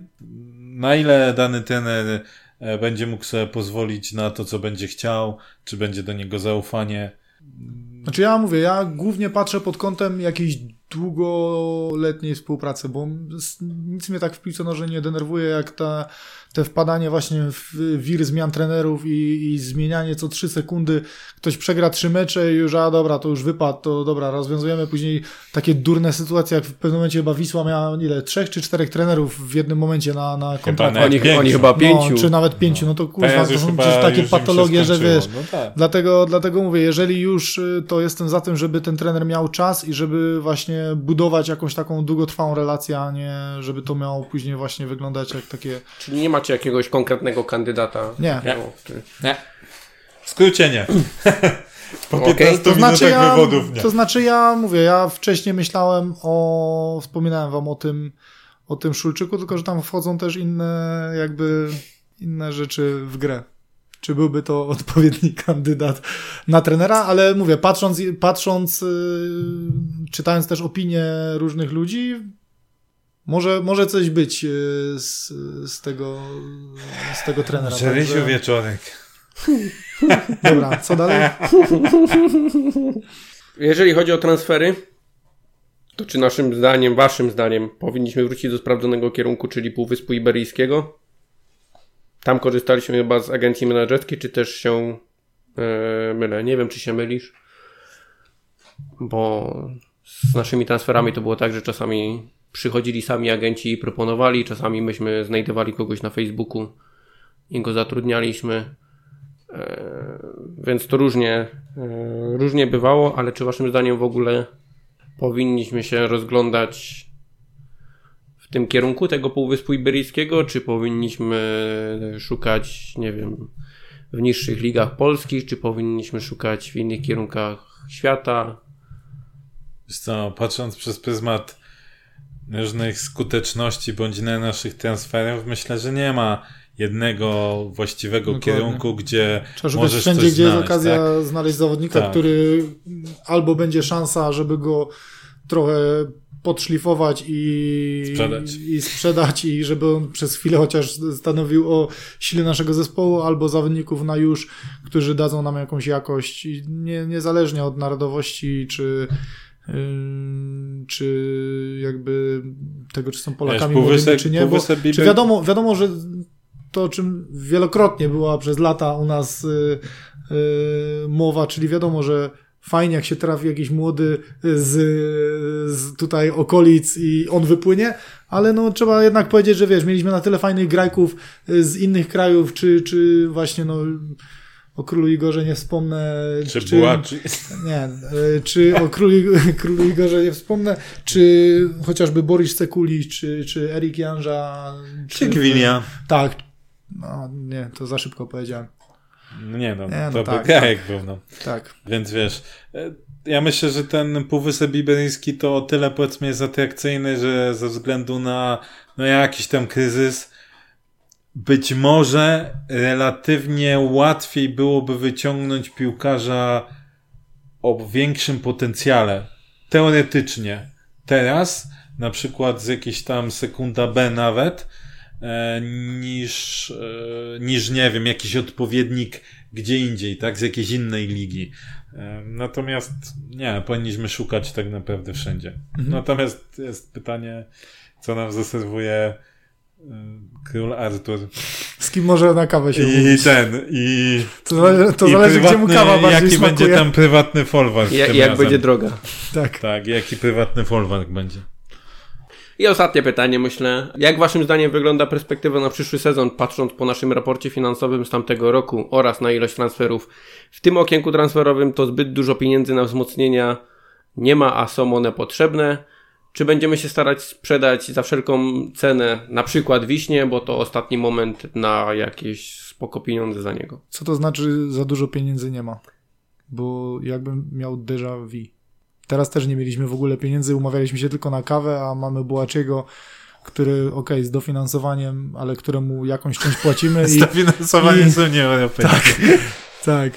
na ile dany trener będzie mógł sobie pozwolić na to, co będzie chciał, czy będzie do niego zaufanie. Znaczy ja mówię, ja głównie patrzę pod kątem jakiejś długoletniej współpracy, bo nic mnie tak w piłce nożnej nie denerwuje, jak ta, te wpadanie właśnie w wir zmian trenerów i, i zmienianie co trzy sekundy. Ktoś przegra trzy mecze i już, a dobra, to już wypadł, to dobra, rozwiązujemy później takie durne sytuacje, jak w pewnym momencie chyba Wisła miała ile, trzech czy czterech trenerów w jednym momencie na, na kontrakt. Oni, oni chyba pięciu. No, czy nawet pięciu, no to kurwa, to są przecież takie patologie, że wiesz, no tak. dlatego, dlatego mówię, jeżeli już, to jestem za tym, żeby ten trener miał czas i żeby właśnie budować jakąś taką długotrwałą relację, a nie żeby to miało później właśnie wyglądać jak takie... Czyli nie macie jakiegoś konkretnego kandydata? Nie. Nie. nie. W skrócie nie. Po okay. piętnastu to znaczy minutach ja, wywodów nie. To znaczy ja mówię, ja wcześniej myślałem o... Wspominałem wam o tym o tym Szulczyku, tylko że tam wchodzą też inne jakby inne rzeczy w grę. Czy byłby to odpowiedni kandydat na trenera, ale mówię, patrząc, patrząc yy, czytając też opinie różnych ludzi, może, może coś być yy, z, z, tego, z tego trenera. Żerysiu także... Wieczorek. Dobra, co dalej? Jeżeli chodzi o transfery, to czy naszym zdaniem, waszym zdaniem powinniśmy wrócić do sprawdzonego kierunku, czyli Półwyspu Iberyjskiego? Tam korzystaliśmy chyba z agencji menedżerskiej, czy też się yy, mylę? Nie wiem, czy się mylisz, bo z naszymi transferami to było tak, że czasami przychodzili sami agenci i proponowali, czasami myśmy znajdowali kogoś na Facebooku i go zatrudnialiśmy, yy, więc to różnie, yy, różnie bywało, ale czy waszym zdaniem w ogóle powinniśmy się rozglądać w tym kierunku tego Półwyspu Iberyjskiego, czy powinniśmy szukać, nie wiem, w niższych ligach polskich, czy powinniśmy szukać w innych kierunkach świata? Wiesz co, patrząc przez pryzmat różnych skuteczności bądź na naszych transferów, myślę, że nie ma jednego właściwego Dokładnie. kierunku, gdzie Trzeba możesz wszędzie, coś gdzie znaleźć, jest okazja tak? znaleźć zawodnika, tak. który albo będzie szansa, żeby go trochę podszlifować i sprzedać. i sprzedać i żeby on przez chwilę chociaż stanowił o sile naszego zespołu, albo zawodników na już, którzy dadzą nam jakąś jakość, nie, niezależnie od narodowości, czy yy, czy jakby tego, czy są Polakami Wiesz, młodymi, czy nie, bo Bibel... czy wiadomo, wiadomo, że to, o czym wielokrotnie była przez lata u nas yy, yy, mowa, czyli wiadomo, że fajnie, jak się trafi jakiś młody z, z tutaj okolic i on wypłynie, ale no trzeba jednak powiedzieć, że wiesz, mieliśmy na tyle fajnych grajków z innych krajów, czy, czy właśnie no o Królu Igorze nie wspomnę. Czy, czy Bułaczy. Nie, czy o Królu, Królu Igorze nie wspomnę, czy chociażby Boris Cekuli, czy, czy Erik Janża. Czy, czy Gwinia. Tak. No nie, to za szybko powiedziałem. No nie no, nie, no to tak, by grajek tak. był, no. Tak. Więc wiesz, ja myślę, że ten Półwysep Iberyjski to o tyle powiedzmy jest atrakcyjny, że ze względu na no jakiś tam kryzys być może relatywnie łatwiej byłoby wyciągnąć piłkarza o większym potencjale. Teoretycznie. Teraz, na przykład z jakiejś tam sekunda B nawet, e, niż, e, niż, nie wiem, jakiś odpowiednik gdzie indziej, tak? Z jakiejś innej ligi. E, natomiast, nie, powinniśmy szukać tak naprawdę wszędzie. Mhm. Natomiast jest pytanie, co nam zaserwuje Król Artur. Z kim może na kawę się I mówić. ten, i... To zależy, to i zależy gdzie mu kawa bardziej jaki smakuje. będzie tam prywatny folwark. I jak razem. Będzie droga. Tak. Tak, jaki prywatny folwark będzie. I ostatnie pytanie, myślę. Jak waszym zdaniem wygląda perspektywa na przyszły sezon, patrząc po naszym raporcie finansowym z tamtego roku oraz na ilość transferów? W tym okienku transferowym to zbyt dużo pieniędzy na wzmocnienia nie ma, a są one potrzebne. Czy będziemy się starać sprzedać za wszelką cenę, na przykład Wiśnie, bo to ostatni moment na jakieś spoko pieniądze za niego? Co to znaczy za dużo pieniędzy nie ma? Bo jakbym miał déjà vu. Teraz też nie mieliśmy w ogóle pieniędzy, umawialiśmy się tylko na kawę, a mamy Bułaczyego, który okej, okay, z dofinansowaniem, ale któremu jakąś część płacimy. Z dofinansowaniem z Unii Europejskiej. Tak, tak.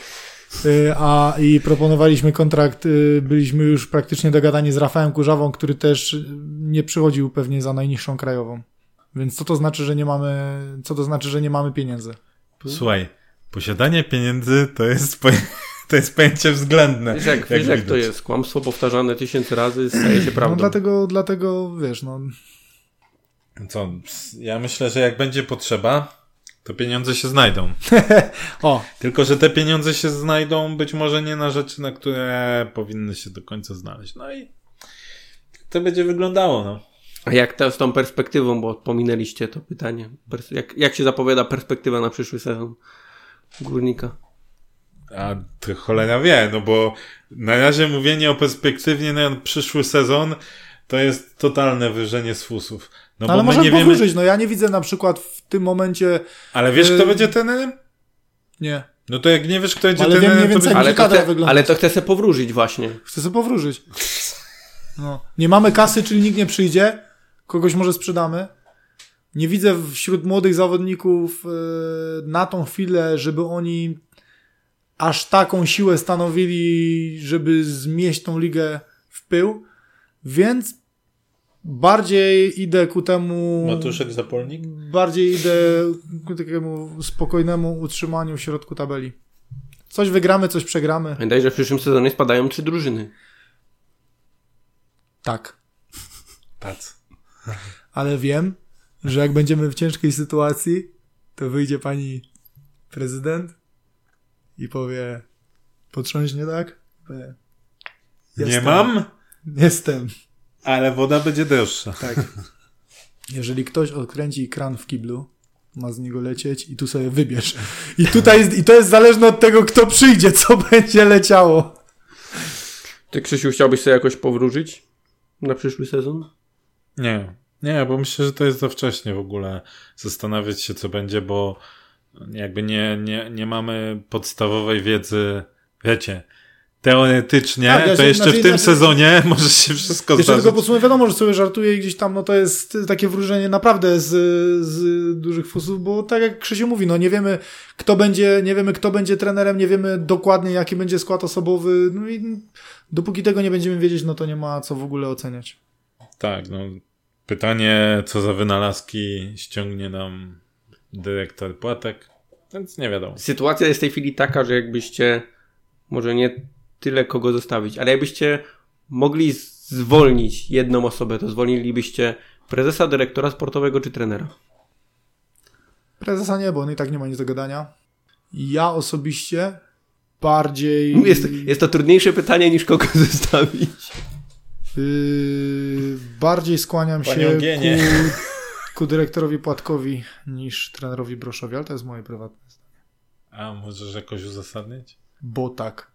A i proponowaliśmy kontrakt, byliśmy już praktycznie dogadani z Rafałem Kurzawą, który też nie przychodził pewnie za najniższą krajową. Więc co to znaczy, że nie mamy, co to znaczy, że nie mamy pieniędzy? Słuchaj, posiadanie pieniędzy to jest to jest pojęcie względne. Wiesz jak, wiesz jak to jest, kłamstwo powtarzane tysięcy razy staje się prawdą. No dlatego, dlatego wiesz, no... Co, ja myślę, że jak będzie potrzeba, to pieniądze się znajdą. O. Tylko, że te pieniądze się znajdą być może nie na rzeczy, na które powinny się do końca znaleźć. No i to będzie wyglądało, no. A jak to z tą perspektywą, bo pominęliście to pytanie. Jak, jak się zapowiada perspektywa na przyszły sezon Górnika? A to cholera wie, no bo na razie mówienie o perspektywie na przyszły sezon to jest totalne wyżenie z fusów. No, ale bo można nie wiemy... powróżyć, no ja nie widzę na przykład w tym momencie... Ale wiesz, kto yy... będzie trenerem? Nie. No to jak nie wiesz, kto będzie ale trenerem, wiem, nie to... Ale, to chce, wygląda. ale to chcę sobie powróżyć właśnie. Chcę sobie powróżyć. No. Nie mamy kasy, czyli nikt nie przyjdzie. Kogoś może sprzedamy. Nie widzę wśród młodych zawodników yy, na tą chwilę, żeby oni aż taką siłę stanowili, żeby zmieść tą ligę w pył. Więc bardziej idę ku temu... Matuszek Zapolnik? Bardziej idę ku takiemu spokojnemu utrzymaniu w środku tabeli. Coś wygramy, coś przegramy. Pamiętaj, że w przyszłym sezonie spadają trzy drużyny. Tak. Tac. Ale wiem, że jak będziemy w ciężkiej sytuacji, to wyjdzie pani prezydent i powie, potrząśnie tak? Powie, nie mam? Jestem. Ale woda będzie droższa. Tak. Jeżeli ktoś odkręci kran w kiblu, ma z niego lecieć i tu sobie wybierz. I tutaj jest, i to jest zależne od tego, kto przyjdzie, co będzie leciało. Ty, Krzysiu, chciałbyś sobie jakoś powróżyć na przyszły sezon? Nie. Nie, bo myślę, że to jest za wcześnie w ogóle zastanawiać się, co będzie, bo jakby nie, nie, nie mamy podstawowej wiedzy, wiecie, teoretycznie, tak, ja to się, jeszcze znaczy, w tym znaczy, sezonie może się wszystko jeszcze zdarzyć. tylko podsumuję, wiadomo, że sobie żartuję i gdzieś tam, no to jest takie wróżenie naprawdę z, z dużych fusów, bo tak jak Krzysiu mówi, no nie wiemy, kto będzie, nie wiemy, kto będzie trenerem, nie wiemy dokładnie, jaki będzie skład osobowy, no i dopóki tego nie będziemy wiedzieć, no to nie ma co w ogóle oceniać. Tak, no pytanie, co za wynalazki ściągnie nam dyrektor Płatek, więc nie wiadomo. Sytuacja jest w tej chwili taka, że jakbyście może nie tyle kogo zostawić, ale jakbyście mogli zwolnić jedną osobę, to zwolnilibyście prezesa, dyrektora sportowego czy trenera? Prezesa nie, bo on i tak nie ma nic do gadania. Ja osobiście bardziej... Jest, jest to trudniejsze pytanie niż kogo zostawić. Yy, bardziej skłaniam Panią się Gienię. ku, ku dyrektorowi Płatkowi niż trenerowi Broszowi, ale to jest moje prywatne zdanie. A możesz jakoś uzasadnić? Bo tak.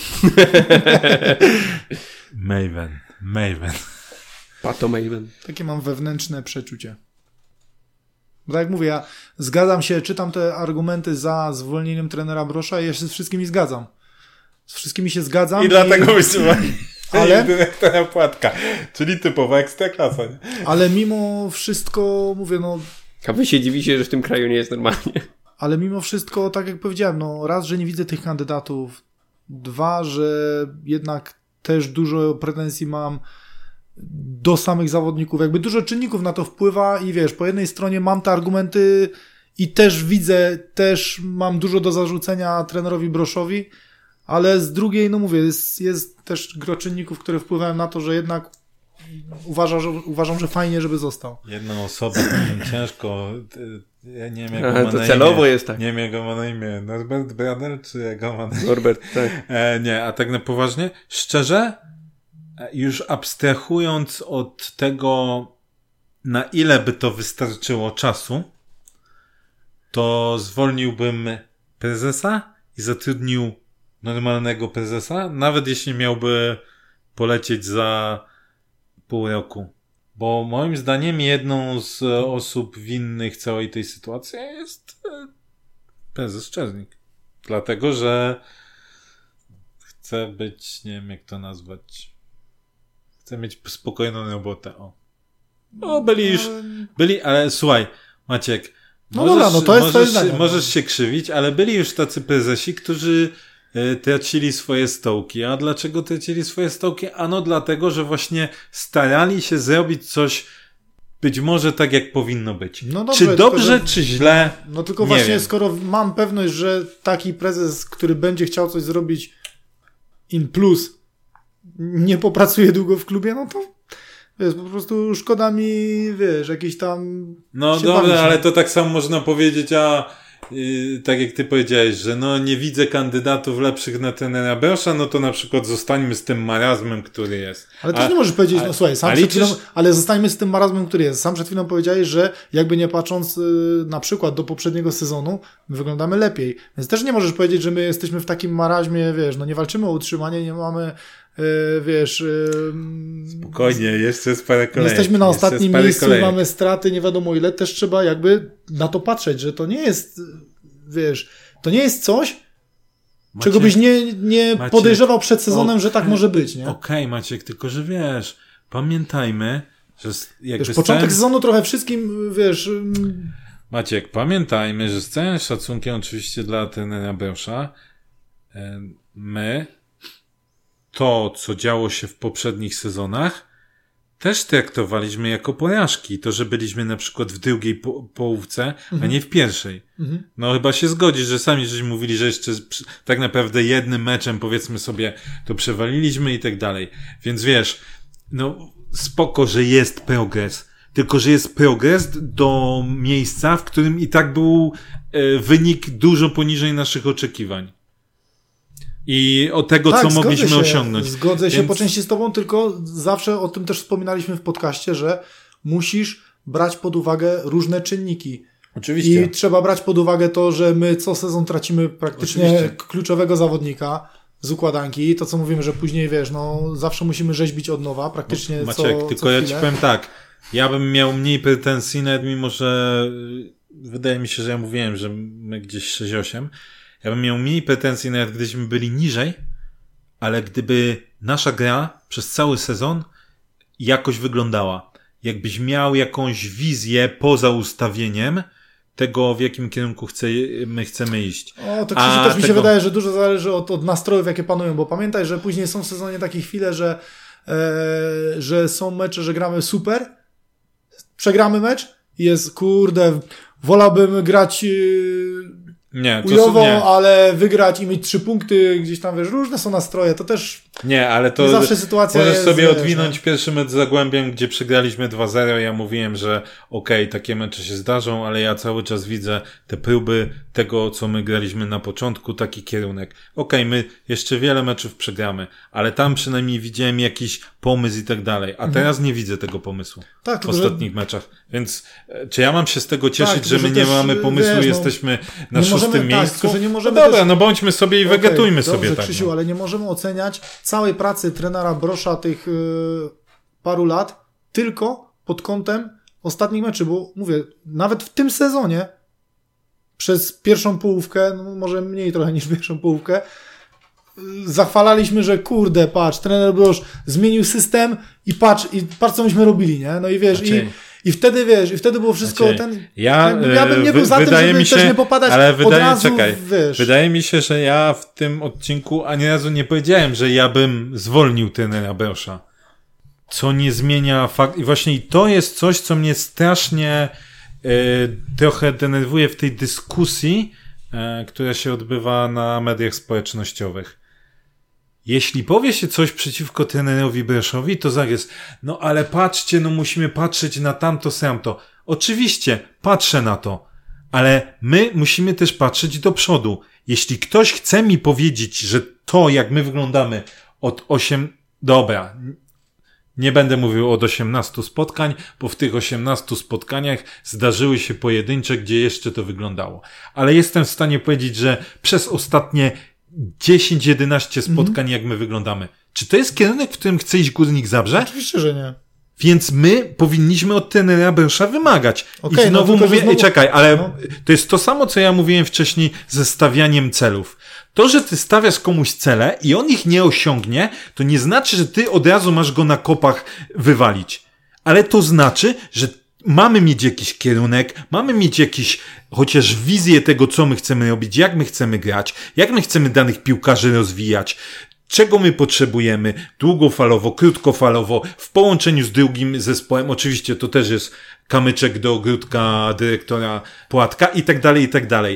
Maven, Maven. Pato Maven. Takie mam wewnętrzne przeczucie. Bo tak jak mówię, ja zgadzam się, czytam te argumenty za zwolnieniem trenera Brosza i ja się z wszystkimi zgadzam. Z wszystkimi się zgadzam. I, i... dlatego wysyłam ale dyrektora Płatka, czyli typowa ekstraklasa. Nie? Ale mimo wszystko, mówię, no... A wy się dziwicie, że w tym kraju nie jest normalnie. Ale mimo wszystko, tak jak powiedziałem, no raz, że nie widzę tych kandydatów, dwa, że jednak też dużo pretensji mam do samych zawodników, jakby dużo czynników na to wpływa i wiesz, po jednej stronie mam te argumenty i też widzę, też mam dużo do zarzucenia trenerowi Broszowi, ale z drugiej, no mówię, jest, jest też gro czynników, które wpływają na to, że jednak uważam, że, uważam, że fajnie, żeby został. Jedną osobę ciężko, ja nie wiem jak Aha, ma to na celowo imię. jest tak. Nie wiem jak go ma na imię, Norbert Brader, czy jak go ma na imię? Norbert, tak. E, nie, a tak na poważnie, szczerze, już abstrahując od tego, na ile by to wystarczyło czasu, to zwolniłbym prezesa i zatrudnił normalnego prezesa, nawet jeśli miałby polecieć za pół roku. Bo moim zdaniem jedną z osób winnych całej tej sytuacji jest prezes Czernik. Dlatego, że chce być, nie wiem jak to nazwać, chce mieć spokojną robotę. O, o byli już, byli, ale słuchaj, Maciek, no możesz, dobra, no to jest możesz, zdanie, możesz się krzywić, ale byli już tacy prezesi, którzy tracili swoje stołki. A dlaczego tracili swoje stołki? Ano dlatego, że właśnie starali się zrobić coś być może tak, jak powinno być. No dobrze, czy dobrze, tylko, że... czy źle? No tylko nie właśnie, wiem. Skoro mam pewność, że taki prezes, który będzie chciał coś zrobić, in plus nie popracuje długo w klubie, no to wiesz, po prostu szkoda mi, wiesz, jakiś tam... No dobra, ale to tak samo można powiedzieć, a yy, tak jak ty powiedziałeś, że no nie widzę kandydatów lepszych na trenera Bersza, no to na przykład zostańmy z tym marazmem, który jest. Ale też a, nie możesz powiedzieć, a, no słuchaj, sam przed chwilą, ale zostańmy z tym marazmem, który jest. Sam przed chwilą powiedziałeś, że jakby nie patrząc yy, na przykład do poprzedniego sezonu, my wyglądamy lepiej. Więc też nie możesz powiedzieć, że my jesteśmy w takim marazmie, wiesz, no nie walczymy o utrzymanie, nie mamy Yy, wiesz... Yy, Spokojnie, jeszcze jest parę kolejek. Jesteśmy na ostatnim miejscu, kolejek. Mamy straty, nie wiadomo ile. Też trzeba jakby na to patrzeć, że to nie jest, wiesz, to nie jest coś, Maciek, czego byś nie, nie Maciek, podejrzewał przed sezonem, o, że tak może być, nie? Okej, okay, Maciek, tylko że wiesz, pamiętajmy, że jakby wiesz, początek całym... sezonu trochę wszystkim, wiesz... Maciek, pamiętajmy, że z całym szacunkiem oczywiście dla trenera Bersza, my to, co działo się w poprzednich sezonach, też traktowaliśmy jako porażki. To, że byliśmy na przykład w drugiej po- połówce, mhm. a nie w pierwszej. Mhm. No chyba się zgodzisz, że sami żeśmy mówili, że jeszcze tak naprawdę jednym meczem, powiedzmy sobie, to przewaliliśmy i tak dalej. Więc wiesz, no spoko, że jest progres. Tylko, że jest progres do miejsca, w którym i tak był e, wynik dużo poniżej naszych oczekiwań. I o tego, tak, co mogliśmy się, osiągnąć. Zgodzę się Więc... po części z tobą, tylko zawsze o tym też wspominaliśmy w podcaście, że musisz brać pod uwagę różne czynniki. Oczywiście. I trzeba brać pod uwagę to, że my co sezon tracimy praktycznie Oczywiście. kluczowego zawodnika z układanki. To, co mówimy, że później, wiesz, no zawsze musimy rzeźbić od nowa, praktycznie no, Maciek, co tylko co ja ci powiem tak, ja bym miał mniej pretensji, nawet mimo, że wydaje mi się, że ja mówiłem, że my gdzieś sześć osiem. Ja bym miał mniej pretensji, nawet gdybyśmy byli niżej, ale gdyby nasza gra przez cały sezon jakoś wyglądała. Jakbyś miał jakąś wizję poza ustawieniem tego, w jakim kierunku chce, my chcemy iść. O, to Krzysiu, też mi się tego... wydaje, że dużo zależy od, od nastrojów, jakie panują, bo pamiętaj, że później są w sezonie takie chwile, że, e, że są mecze, że gramy super, przegramy mecz i jest, kurde, wolałbym grać... E, Nie, to ujowo, nie. ale wygrać i mieć trzy punkty, gdzieś tam, wiesz, różne są nastroje, to też nie, ale to nie zawsze sytuacja możesz jest, sobie wiesz, odwinąć no. pierwszy mecz z Zagłębiem, gdzie przegraliśmy dwa zero. Ja mówiłem, że okej, okay, takie mecze się zdarzą, ale ja cały czas widzę te próby tego, co my graliśmy na początku, taki kierunek. Okej, okay, my jeszcze wiele meczów przegramy, ale tam przynajmniej widziałem jakiś pomysł i tak dalej, a teraz nie widzę tego pomysłu tak, w ostatnich że... meczach. Więc czy ja mam się z tego cieszyć, tak, że my nie też, mamy pomysłu, wiesz, no, jesteśmy na szóstym możemy, miejscu? Tak, że nie możemy no dobra, też... no bądźmy sobie i okay, wegetujmy dobrze, sobie tak. Krzysiu, no. ale nie możemy oceniać całej pracy trenera Brosza tych yy, paru lat tylko pod kątem ostatnich meczy, bo mówię, nawet w tym sezonie przez pierwszą połówkę, no może mniej trochę niż pierwszą połówkę, zachwalaliśmy, że kurde, patrz, trener Brosz zmienił system i patrz, i patrz co myśmy robili, nie? No i wiesz, znaczy, i, i wtedy wiesz, i wtedy było wszystko znaczy, ten... Ja, ten, ja bym nie był za tym, żeby się, też nie popadać ale wydaje, od razu, czekaj, wiesz. Wydaje mi się, że ja w tym odcinku ani razu nie powiedziałem, że ja bym zwolnił trenera Brosza. Co nie zmienia fakt... I właśnie to jest coś, co mnie strasznie y, trochę denerwuje w tej dyskusji, y, która się odbywa na mediach społecznościowych. Jeśli powie się coś przeciwko trenerowi Broszowi, to zaraz, no ale patrzcie, no musimy patrzeć na tamto, samto. Oczywiście, patrzę na to, ale my musimy też patrzeć do przodu. Jeśli ktoś chce mi powiedzieć, że to, jak my wyglądamy od osiem, dobra, nie będę mówił od osiemnastu spotkań, bo w tych osiemnastu spotkaniach zdarzyły się pojedyncze, gdzie jeszcze to wyglądało. Ale jestem w stanie powiedzieć, że przez ostatnie dziesięć jedenaście spotkań, mm-hmm. jak my wyglądamy. Czy to jest kierunek, w którym chce iść Górnik Zabrze? Oczywiście, że nie. Więc my powinniśmy od trenera Brosza wymagać. Okay, I znowu no, tylko, mówię, znowu... Ej, czekaj, ale no. to jest to samo, co ja mówiłem wcześniej ze stawianiem celów. To, że ty stawiasz komuś cele i on ich nie osiągnie, to nie znaczy, że ty od razu masz go na kopach wywalić. Ale to znaczy, że mamy mieć jakiś kierunek, mamy mieć jakiś chociaż wizję tego, co my chcemy robić, jak my chcemy grać, jak my chcemy danych piłkarzy rozwijać, czego my potrzebujemy długofalowo, krótkofalowo, w połączeniu z drugim zespołem. Oczywiście to też jest kamyczek do ogródka dyrektora Płatka i tak dalej, i tak dalej.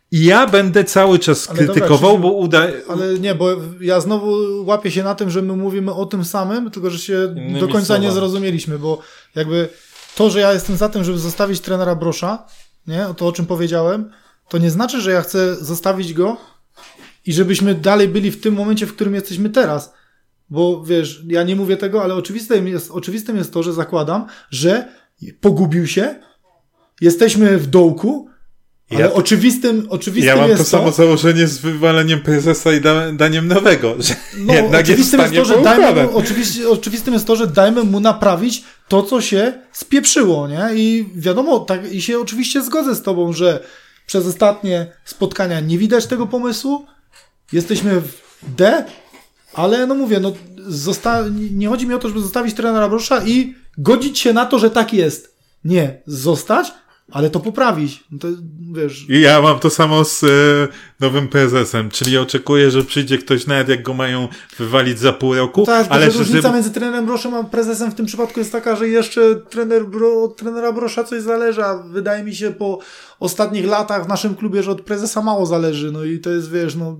I ja będę cały czas Ale krytykował, dobra, bo uda... Ale nie, bo ja znowu łapię się na tym, że my mówimy o tym samym, tylko że się Innymi do końca słowami. nie zrozumieliśmy, bo jakby to, że ja jestem za tym, żeby zostawić trenera Brosza, nie, to o czym powiedziałem, to nie znaczy, że ja chcę zostawić go i żebyśmy dalej byli w tym momencie, w którym jesteśmy teraz. Bo wiesz, ja nie mówię tego, ale oczywistym jest, oczywistym jest to, że zakładam, że pogubił się, jesteśmy w dołku, ale Ja- oczywistym, oczywistym Ja mam jest to samo założenie z wywaleniem prezesa i da, daniem nowego, że No, jednak jest w oczywistym jest, stanie to, że dajmy poukładać. mu, oczywiście, oczywistym jest to, że dajmy mu naprawić to, co się spieprzyło, nie? I wiadomo, tak, i się oczywiście zgodzę z tobą, że przez ostatnie spotkania nie widać tego pomysłu, jesteśmy w D, ale no mówię, no zosta- nie chodzi mi o to, żeby zostawić trenera Brosza i godzić się na to, że tak jest. Nie, zostać, ale to poprawić. No to wiesz... I ja mam to samo z e, nowym prezesem, czyli oczekuję, że przyjdzie ktoś, nawet jak go mają wywalić za pół roku, Tak, ale ale że różnica żeby... między trenerem Broszem a prezesem w tym przypadku jest taka, że jeszcze trener Bro, od trenera Brosza coś zależy, a wydaje mi się po ostatnich latach w naszym klubie, że od prezesa mało zależy, no i to jest, wiesz, no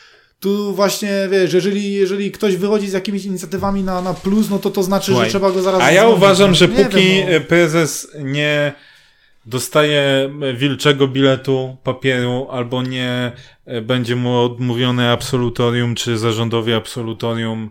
tu właśnie, wiesz, jeżeli, jeżeli ktoś wychodzi z jakimiś inicjatywami na, na plus, no to to znaczy, Słuchaj, że trzeba go zaraz... A ja zwolnić. uważam, że Nie póki wiem, no. prezes nie dostaje wilczego biletu papieru albo nie będzie mu odmówione absolutorium, czy zarządowi absolutorium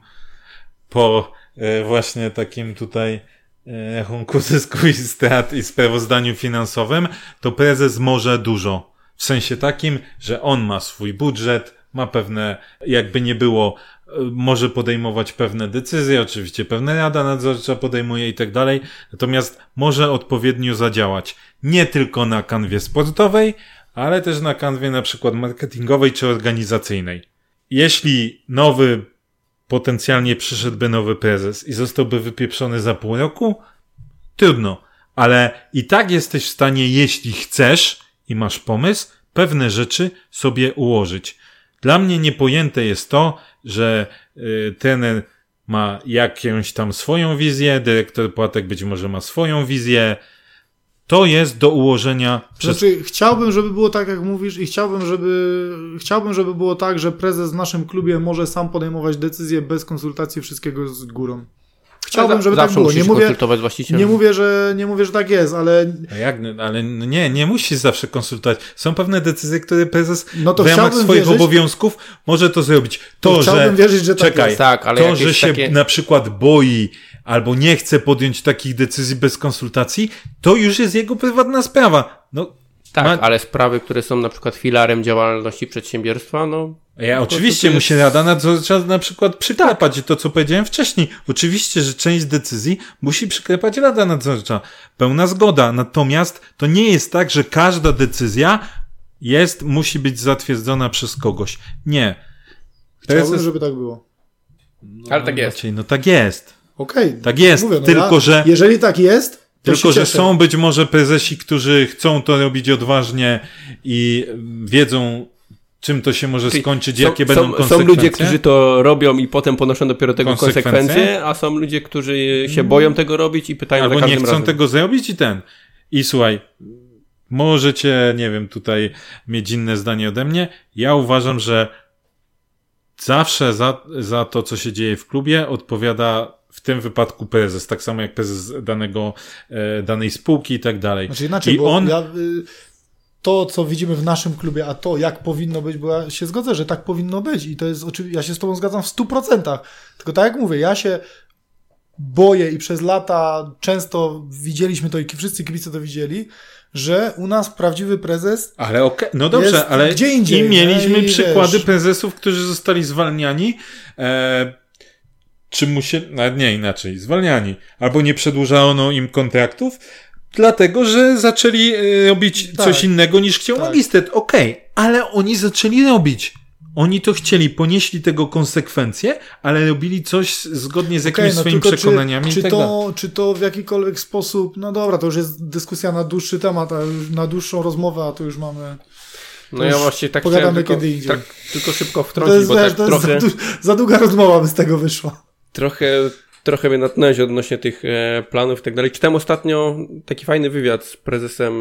po e, właśnie takim tutaj e, rachunku zysku i strat i sprawozdaniu finansowym, to prezes może dużo. W sensie takim, że on ma swój budżet, ma pewne, jakby nie było, e, może podejmować pewne decyzje, oczywiście pewne rada nadzorcza podejmuje i tak dalej, natomiast może odpowiednio zadziałać. Nie tylko na kanwie sportowej, ale też na kanwie na przykład marketingowej czy organizacyjnej. Jeśli nowy, potencjalnie przyszedłby nowy prezes i zostałby wypieprzony za pół roku, trudno. Ale i tak jesteś w stanie, jeśli chcesz i masz pomysł, pewne rzeczy sobie ułożyć. Dla mnie niepojęte jest to, że y, trener ma jakąś tam swoją wizję, dyrektor płatek być może ma swoją wizję. To jest do ułożenia przez... Znaczy, chciałbym, żeby było tak, jak mówisz, i chciałbym, żeby chciałbym, żeby było tak, że prezes w naszym klubie może sam podejmować decyzje bez konsultacji wszystkiego z górą. Chciałbym, żeby tak Zawsze było. Nie musisz mówię, konsultować z właścicielem. nie mówię, że nie mówię, że tak jest, ale A Jak, ale no nie, nie musisz zawsze konsultować. Są pewne decyzje, które prezes No to w ramach chciałbym swoich wierzyć- obowiązków może to zrobić. To, To że... chciałbym wierzyć, że tak czekaj, jest. Tak, ale to, jakieś że się takie- na przykład boi albo nie chce podjąć takich decyzji bez konsultacji, to już jest jego prywatna sprawa. No, Tak, ma... ale sprawy, które są na przykład filarem działalności przedsiębiorstwa, no... Ja to oczywiście jest- musi Rada Nadzorcza na przykład przyklepać to, co powiedziałem wcześniej. Oczywiście, że część decyzji musi przyklepać Rada Nadzorcza. Pełna zgoda. Natomiast to nie jest tak, że każda decyzja jest, musi być zatwierdzona przez kogoś. Nie. chciałbym, żeby tak było. No, Ale tak jest. Raczej, no tak jest. Okej. Tak jest. Mówię, no tylko, ja, że... Jeżeli tak jest, to Tylko, się że cieszę. są być może prezesi, którzy chcą to robić odważnie i wiedzą, czym to się może Czyli skończyć, są, jakie są, będą Są konsekwencje. ludzie, którzy to robią i potem ponoszą dopiero tego Konsekwencje? konsekwencje, a są ludzie, którzy się boją tego robić i pytają Albo za nie każdym chcą razem. tego zrobić i ten. I słuchaj, możecie, nie wiem, tutaj mieć inne zdanie ode mnie. Ja uważam, że zawsze za, za to, co się dzieje w klubie, odpowiada w tym wypadku prezes, tak samo jak prezes danego, e, danej spółki i tak dalej. Znaczy inaczej, I bo on... ja, y, to, co widzimy w naszym klubie, a to, jak powinno być, bo ja się zgodzę, że tak powinno być i to jest oczywiście, ja się z tobą zgadzam w stu procentach. Tylko tak jak mówię, ja się boję i przez lata często widzieliśmy to i wszyscy kibice to widzieli, że u nas prawdziwy prezes Ale okej, no dobrze, jest ale gdzie indziej, i mieliśmy nie? I przykłady wiesz. prezesów, którzy zostali zwalniani, e, czy musieli, nawet nie inaczej, zwalniani, albo nie przedłużano im kontraktów, dlatego, że zaczęli e, robić Tak. coś innego niż chciał Tak. magistrat. Okej, ale oni zaczęli robić. Oni to chcieli, ponieśli tego konsekwencje, ale robili coś zgodnie z jakimiś Okej, no swoimi tylko przekonaniami czy, czy, i tak dalej. to, czy to w jakikolwiek sposób, no dobra, to już jest dyskusja na dłuższy temat, a już na dłuższą rozmowę, a to już mamy... No ja właśnie tak pogadamy chciałem tylko, kiedy indziej. tak, tylko szybko To wtrącić, jest, bo wiesz, tak to jest trochę, za, du- za długa rozmowa by z tego wyszła. trochę, trochę mnie natknąłeś odnośnie tych e, planów i tak dalej. Czytałem ostatnio taki fajny wywiad z prezesem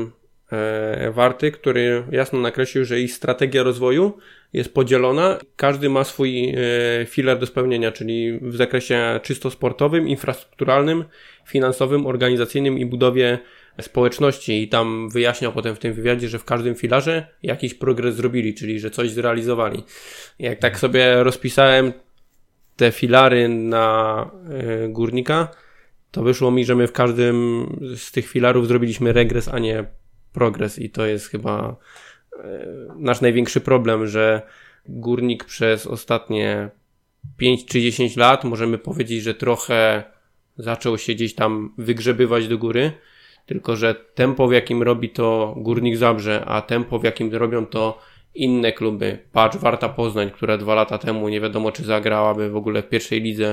e, Warty, który jasno nakreślił, że ich strategia rozwoju jest podzielona. Każdy ma swój e, filar do spełnienia, czyli w zakresie czysto sportowym, infrastrukturalnym, finansowym, organizacyjnym i budowie społeczności. I tam wyjaśniał potem w tym wywiadzie, że w każdym filarze jakiś progres zrobili, czyli że coś zrealizowali. Jak tak sobie rozpisałem te filary na e, Górnika, to wyszło mi, że my w każdym z tych filarów zrobiliśmy regres, a nie progres i to jest chyba e, nasz największy problem, że Górnik przez ostatnie pięć czy dziesięć lat możemy powiedzieć, że trochę zaczął się gdzieś tam wygrzebywać do góry, tylko że tempo, w jakim robi to Górnik Zabrze, a tempo, w jakim robią to inne kluby, patrz Warta Poznań, która dwa lata temu nie wiadomo czy zagrałaby w ogóle w pierwszej lidze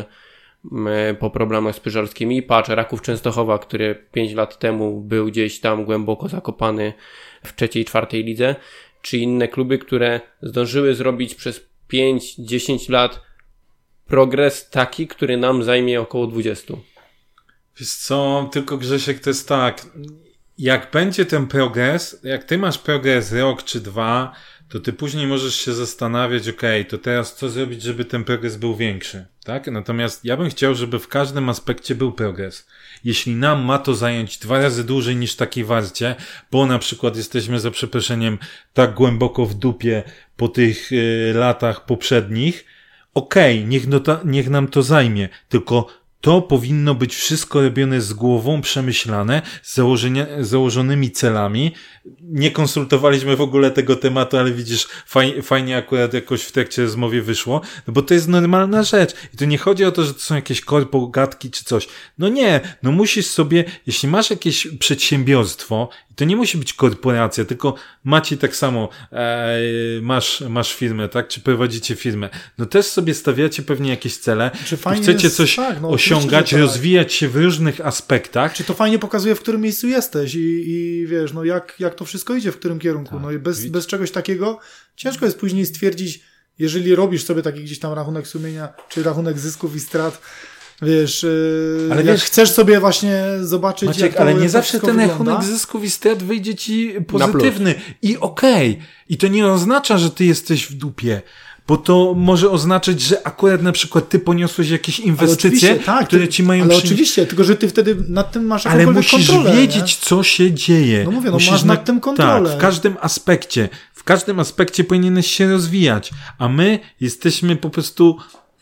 po problemach z Pyżarskimi, patrz Raków Częstochowa, który pięć lat temu był gdzieś tam głęboko zakopany w trzeciej, czwartej lidze, czy inne kluby, które zdążyły zrobić przez pięć dziesięć lat progres taki, który nam zajmie około dwadzieścia. Wiesz co, tylko Grzesiek, to jest tak, jak będzie ten progres, jak ty masz progres rok czy dwa, to ty później możesz się zastanawiać, okej, okay, to teraz co zrobić, żeby ten progres był większy, tak? Natomiast ja bym chciał, żeby w każdym aspekcie był progres. Jeśli nam ma to zająć dwa razy dłużej niż takiej Warcie, bo na przykład jesteśmy za przeproszeniem tak głęboko w dupie po tych y, latach poprzednich, okej, okay, niech, no ta, niech nam to zajmie, tylko to powinno być wszystko robione z głową, przemyślane, z założenia, założonymi celami. Nie konsultowaliśmy w ogóle tego tematu, ale widzisz, faj, fajnie akurat jakoś w trakcie rozmowy wyszło, no bo to jest normalna rzecz. I tu nie chodzi o to, że to są jakieś korpogatki czy coś. No nie, no musisz sobie, jeśli masz jakieś przedsiębiorstwo, to nie musi być korporacja, tylko macie tak samo, e, masz, masz firmę, tak? Czy prowadzicie firmę. No też sobie stawiacie pewnie jakieś cele. Czy fajnie chcecie jest, coś tak, no, osiągać, tak. rozwijać się w różnych aspektach. Czy to fajnie pokazuje, w którym miejscu jesteś i, i wiesz, no jak, jak to wszystko idzie, w którym kierunku. Tak. No i bez, bez czegoś takiego ciężko jest później stwierdzić, jeżeli robisz sobie taki gdzieś tam rachunek sumienia, czy rachunek zysków i strat, wiesz, ale jak wiesz, chcesz sobie właśnie zobaczyć, Maciek, jak to, ale nie jak zawsze ten rachunek zysków i strat wyjdzie ci pozytywny i okej. Okay. I to nie oznacza, że ty jesteś w dupie. Bo to może oznaczać, że akurat na przykład ty poniosłeś jakieś inwestycje, tak, które ci mają... Ale przy... oczywiście, tylko że ty wtedy nad tym masz ale musisz kontrolę, wiedzieć, nie? co się dzieje. No mówię, no musisz masz nad tym kontrolę. Tak, w każdym aspekcie. W każdym aspekcie powinieneś się rozwijać. A my jesteśmy po prostu...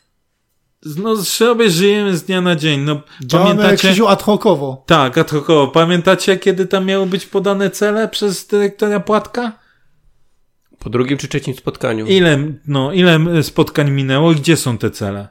No sobie żyjemy z dnia na dzień. No, działamy pamiętacie... jak ad hocowo. Tak, ad hocowo. Pamiętacie, kiedy tam miały być podane cele przez dyrektora Płatka? Po drugim czy trzecim spotkaniu. Ile, no, ile spotkań minęło i gdzie są te cele?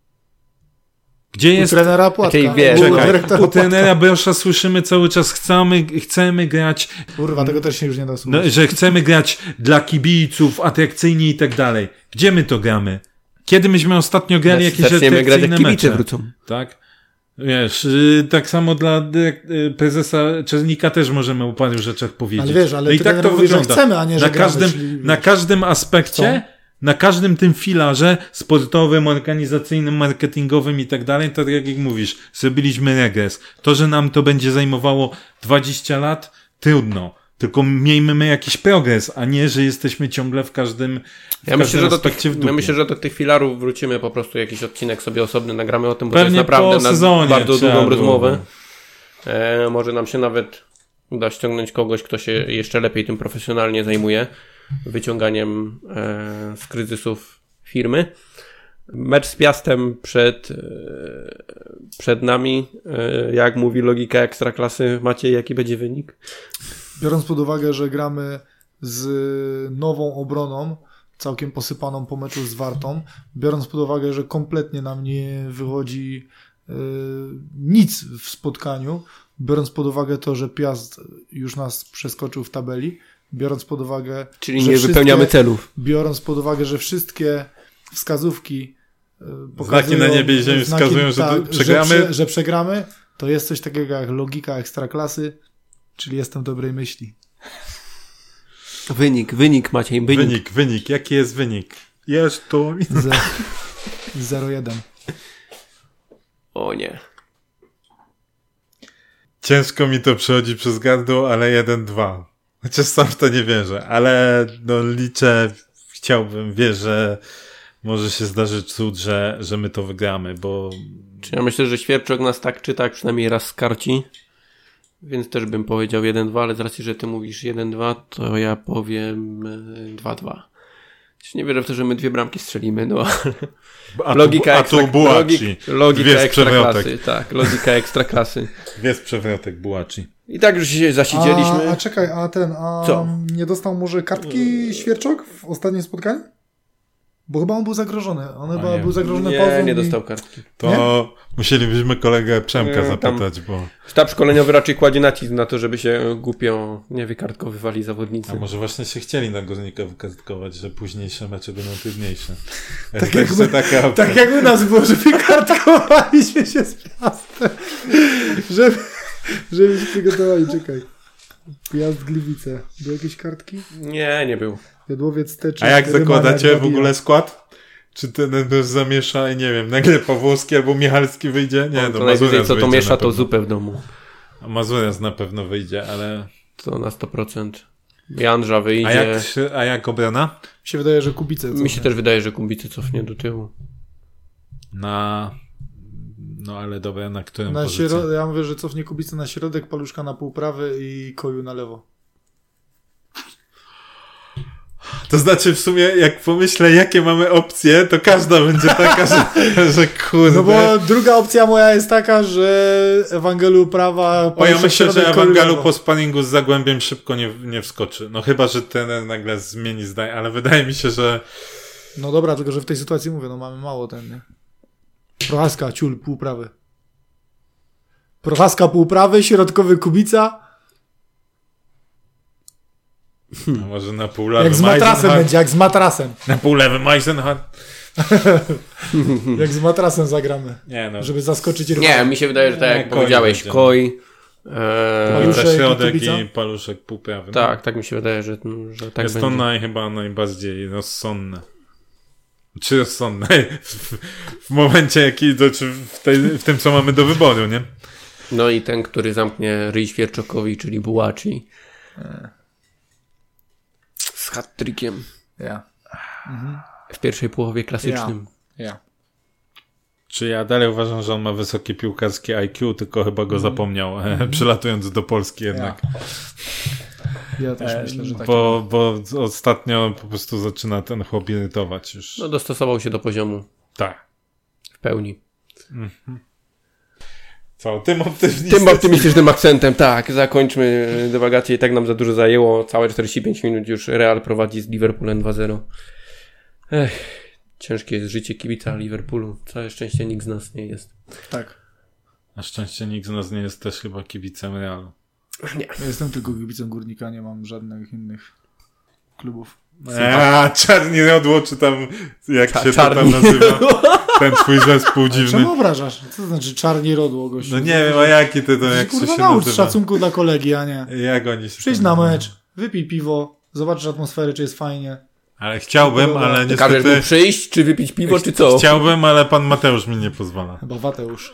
Gdzie jest... U trenera Płatka. Czekaj, wiesz, u, u trenera Brosza słyszymy cały czas, chcemy, chcemy grać... Kurwa, tego też się już nie da słuchać. No, że chcemy grać dla kibiców, atrakcyjnie i tak dalej. Gdzie my to gramy? Kiedy myśmy ostatnio grali jakieś atrakcyjne grać, jak kibice mecze? Wrócą. Tak? Wiesz, tak samo dla prezesa Czernika też możemy o paru rzeczach powiedzieć. Ale wiesz, ale no i tak to mówi, wygląda. Że chcemy, a nie, że na gramy, każdym, czyli, na każdym aspekcie, co? Na każdym tym filarze sportowym, organizacyjnym, marketingowym i tak dalej, to tak jak mówisz, zrobiliśmy regres. To, że nam to będzie zajmowało dwadzieścia lat, trudno. Tylko miejmy my jakiś progres, a nie, że jesteśmy ciągle w każdym w ja myślę, że do tych, w dupie. Ja myślę, że do tych filarów wrócimy po prostu jakiś odcinek sobie osobny, nagramy o tym, bo pewnie to jest naprawdę na bardzo długą rozmowę. E, może nam się nawet uda ściągnąć kogoś, kto się jeszcze lepiej tym profesjonalnie zajmuje, wyciąganiem e, z kryzysów firmy. Mecz z Piastem przed, e, przed nami. E, jak mówi logika Ekstraklasy, Maciej, jaki będzie wynik? Biorąc pod uwagę, że gramy z nową obroną, całkiem posypaną po meczu z Wartą, biorąc pod uwagę, że kompletnie nam nie wychodzi yy, nic w spotkaniu, biorąc pod uwagę to, że Piast już nas przeskoczył w tabeli, biorąc pod uwagę... Czyli nie wypełniamy celów. Biorąc pod uwagę, że wszystkie wskazówki yy, pokazują... Znaki na niebie i ziemi wskazują, że tak, przegramy. Że, prze, że przegramy, to jest coś takiego jak logika Ekstraklasy, czyli jestem dobrej myśli. Wynik, wynik Maciej, wynik. Wynik, wynik. Jaki jest wynik? Jest to... zero jeden. O nie. Ciężko mi to przechodzi przez gardło, ale jeden dwa. Chociaż sam w to nie wierzę, ale no liczę, chciałbym, wierzę, może się zdarzyć cud, że, że my to wygramy, bo... Czy ja myślę, że Świerczok nas tak czy tak przynajmniej raz skarci, więc też bym powiedział jeden dwa, ale z racji, że ty mówisz jeden dwa, to ja powiem dwa dwa. Nie wierzę w to, że my dwie bramki strzelimy, no ale... A logika tu, a tu Bułaci. Logik, logika ekstraklasy, tak, logika ekstraklasy. Jest przewrotek Bułaci. I tak już się zasiedzieliśmy. A, a czekaj, a ten, a Co? nie dostał może kartki Świerczok w ostatnim spotkaniu? Bo chyba on był zagrożony. On chyba nie. był zagrożony Nie, pauzą nie i... dostał kartki. To Nie? musielibyśmy kolegę Przemka Nie, zapytać, tam- bo... Sztab szkoleniowy raczej kładzie nacisk na to, żeby się głupio nie wykartkowywali zawodnicy. A może właśnie się chcieli na Górnika wykartkować, że późniejsze mecze będą trudniejsze. Tak, Także jakby, taka opcja. tak jak u nas było, że wykartkowaliśmy się z Piastem. Żeby, żeby się przygotowali. Czekaj. Piast Gliwice. Były jakieś kartki? Nie, nie był. Jadłowiec Teczy. A jak Rymaniak, zakładacie w Babila. ogóle skład? Czy ten bez zamiesza i nie wiem, nagle Pawłowski albo Michalski wyjdzie? Nie, No, no to najwyżej Mazurias co to wyjdzie miesza, na to pewno. zupę w domu. A Mazurias na pewno wyjdzie, ale... To na sto procent. Janża wyjdzie. A jak, a jak obrona? Mi się wydaje, że Kubice. Mi się też wydaje, że Kubicy cofnie do tyłu. Na... No ale dobra, na którą Na pozycję? śro... Ja mówię, że cofnie Kubice na środek, Paluszka na półprawy i Koju na lewo. To znaczy w sumie, jak pomyślę, jakie mamy opcje, to każda będzie taka, że, że kurde... No bo druga opcja moja jest taka, że Ewangelu prawa... O, ja Paluszek myślę, środek, że Koju Ewangalu lewo. po sparingu z Zagłębiem szybko nie, nie wskoczy. No chyba, że trener nagle zmieni zdanie, ale wydaje mi się, że... No dobra, tylko że w tej sytuacji mówię, no mamy mało ten, nie? Prochaska, ciul, półprawy. Prochaska, półprawy, środkowy Kubica. A może na pół lewym Jak z matrasem Eisenhardt? będzie, jak z matrasem. Na pół lewym Eisenhardt? Jak z matrasem zagramy. Nie no. Żeby zaskoczyć Nie, rywala. mi się wydaje, że tak Nie, jak Koi powiedziałeś, będzie. Koi. E, Paluszek Paluszek i środek Kubica? i paluszek półprawy. tak, tak mi się wydaje, że, że tak Jest to będzie. naj, chyba najbardziej rozsądne. Czy rozsądne? W, w momencie, jaki, to, czy w, tej, w tym, co mamy do wyboru, nie? No i ten, który zamknie ryj Świerczokowi, czyli Bułaci. Z hat-trickiem. Ja. W pierwszej połowie klasycznym. Ja. Czy ja dalej uważam, że on ma wysokie piłkarskie I Q, tylko chyba go zapomniał, Mhm. przylatując do Polski jednak. Ja też E, myślę, że tak. bo, bo ostatnio po prostu zaczyna ten chłop irytować już. No dostosował się do poziomu Tak. w pełni. Co, tym optymistycznym? Tym optymistycznym akcentem, tak. Zakończmy dywagację. I tak nam za dużo zajęło. Całe czterdzieści pięć minut już Real prowadzi z Liverpoolem dwa zero. Ech, ciężkie jest życie kibica Liverpoolu. Całe szczęście nikt z nas nie jest. Tak. Na szczęście nikt z nas nie jest też chyba kibicem Realu. Nie. Ja jestem tylko kibicem Górnika, nie mam żadnych innych klubów. A, Czarni Rodło, czy tam, jak Cza- się czarni. to tam nazywa? Ten twój zespół dziwny. Czemu obrażasz? Co to znaczy czarni rodło, gościu? No nie wiem, a jaki ty to, jak Kurwa, się, się naucz nazywa? szacunku dla kolegi, a nie. Jak oni się Przyjdź tam na nazywają? mecz, wypij piwo, zobaczysz atmosferę, czy jest fajnie. Ale chciałbym, ale To każesz mu niestety... przyjść, czy wypić piwo, czy co? Chciałbym, ale pan Mateusz mi nie pozwala. Chyba Wateusz.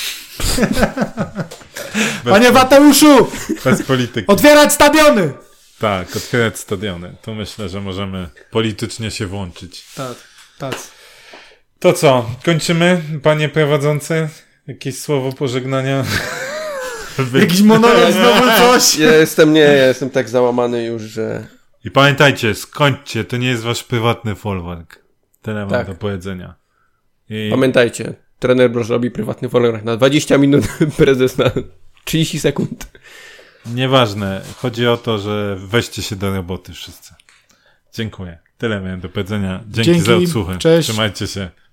Bez, Panie Wateuszu! bez polityki. Otwierać stadiony! Tak, otwierać stadiony. Tu myślę, że możemy politycznie się włączyć. Tak, tak. To co, kończymy, panie prowadzący? Jakieś słowo pożegnania? Wy... Jakiś monolog, znowu coś! Ja jestem, nie, ja jestem tak załamany już, że... I pamiętajcie, skończcie, to nie jest wasz prywatny folwark. Tyle mam Tak. do powiedzenia. I... Pamiętajcie, trener Broż robi prywatny follower na dwadzieścia minut, prezes na trzydzieści sekund. Nieważne, chodzi o to, że weźcie się do roboty wszyscy. Dziękuję. Tyle miałem do powiedzenia. Dzięki Dzięki, za odsłuchę. cześć. Trzymajcie się.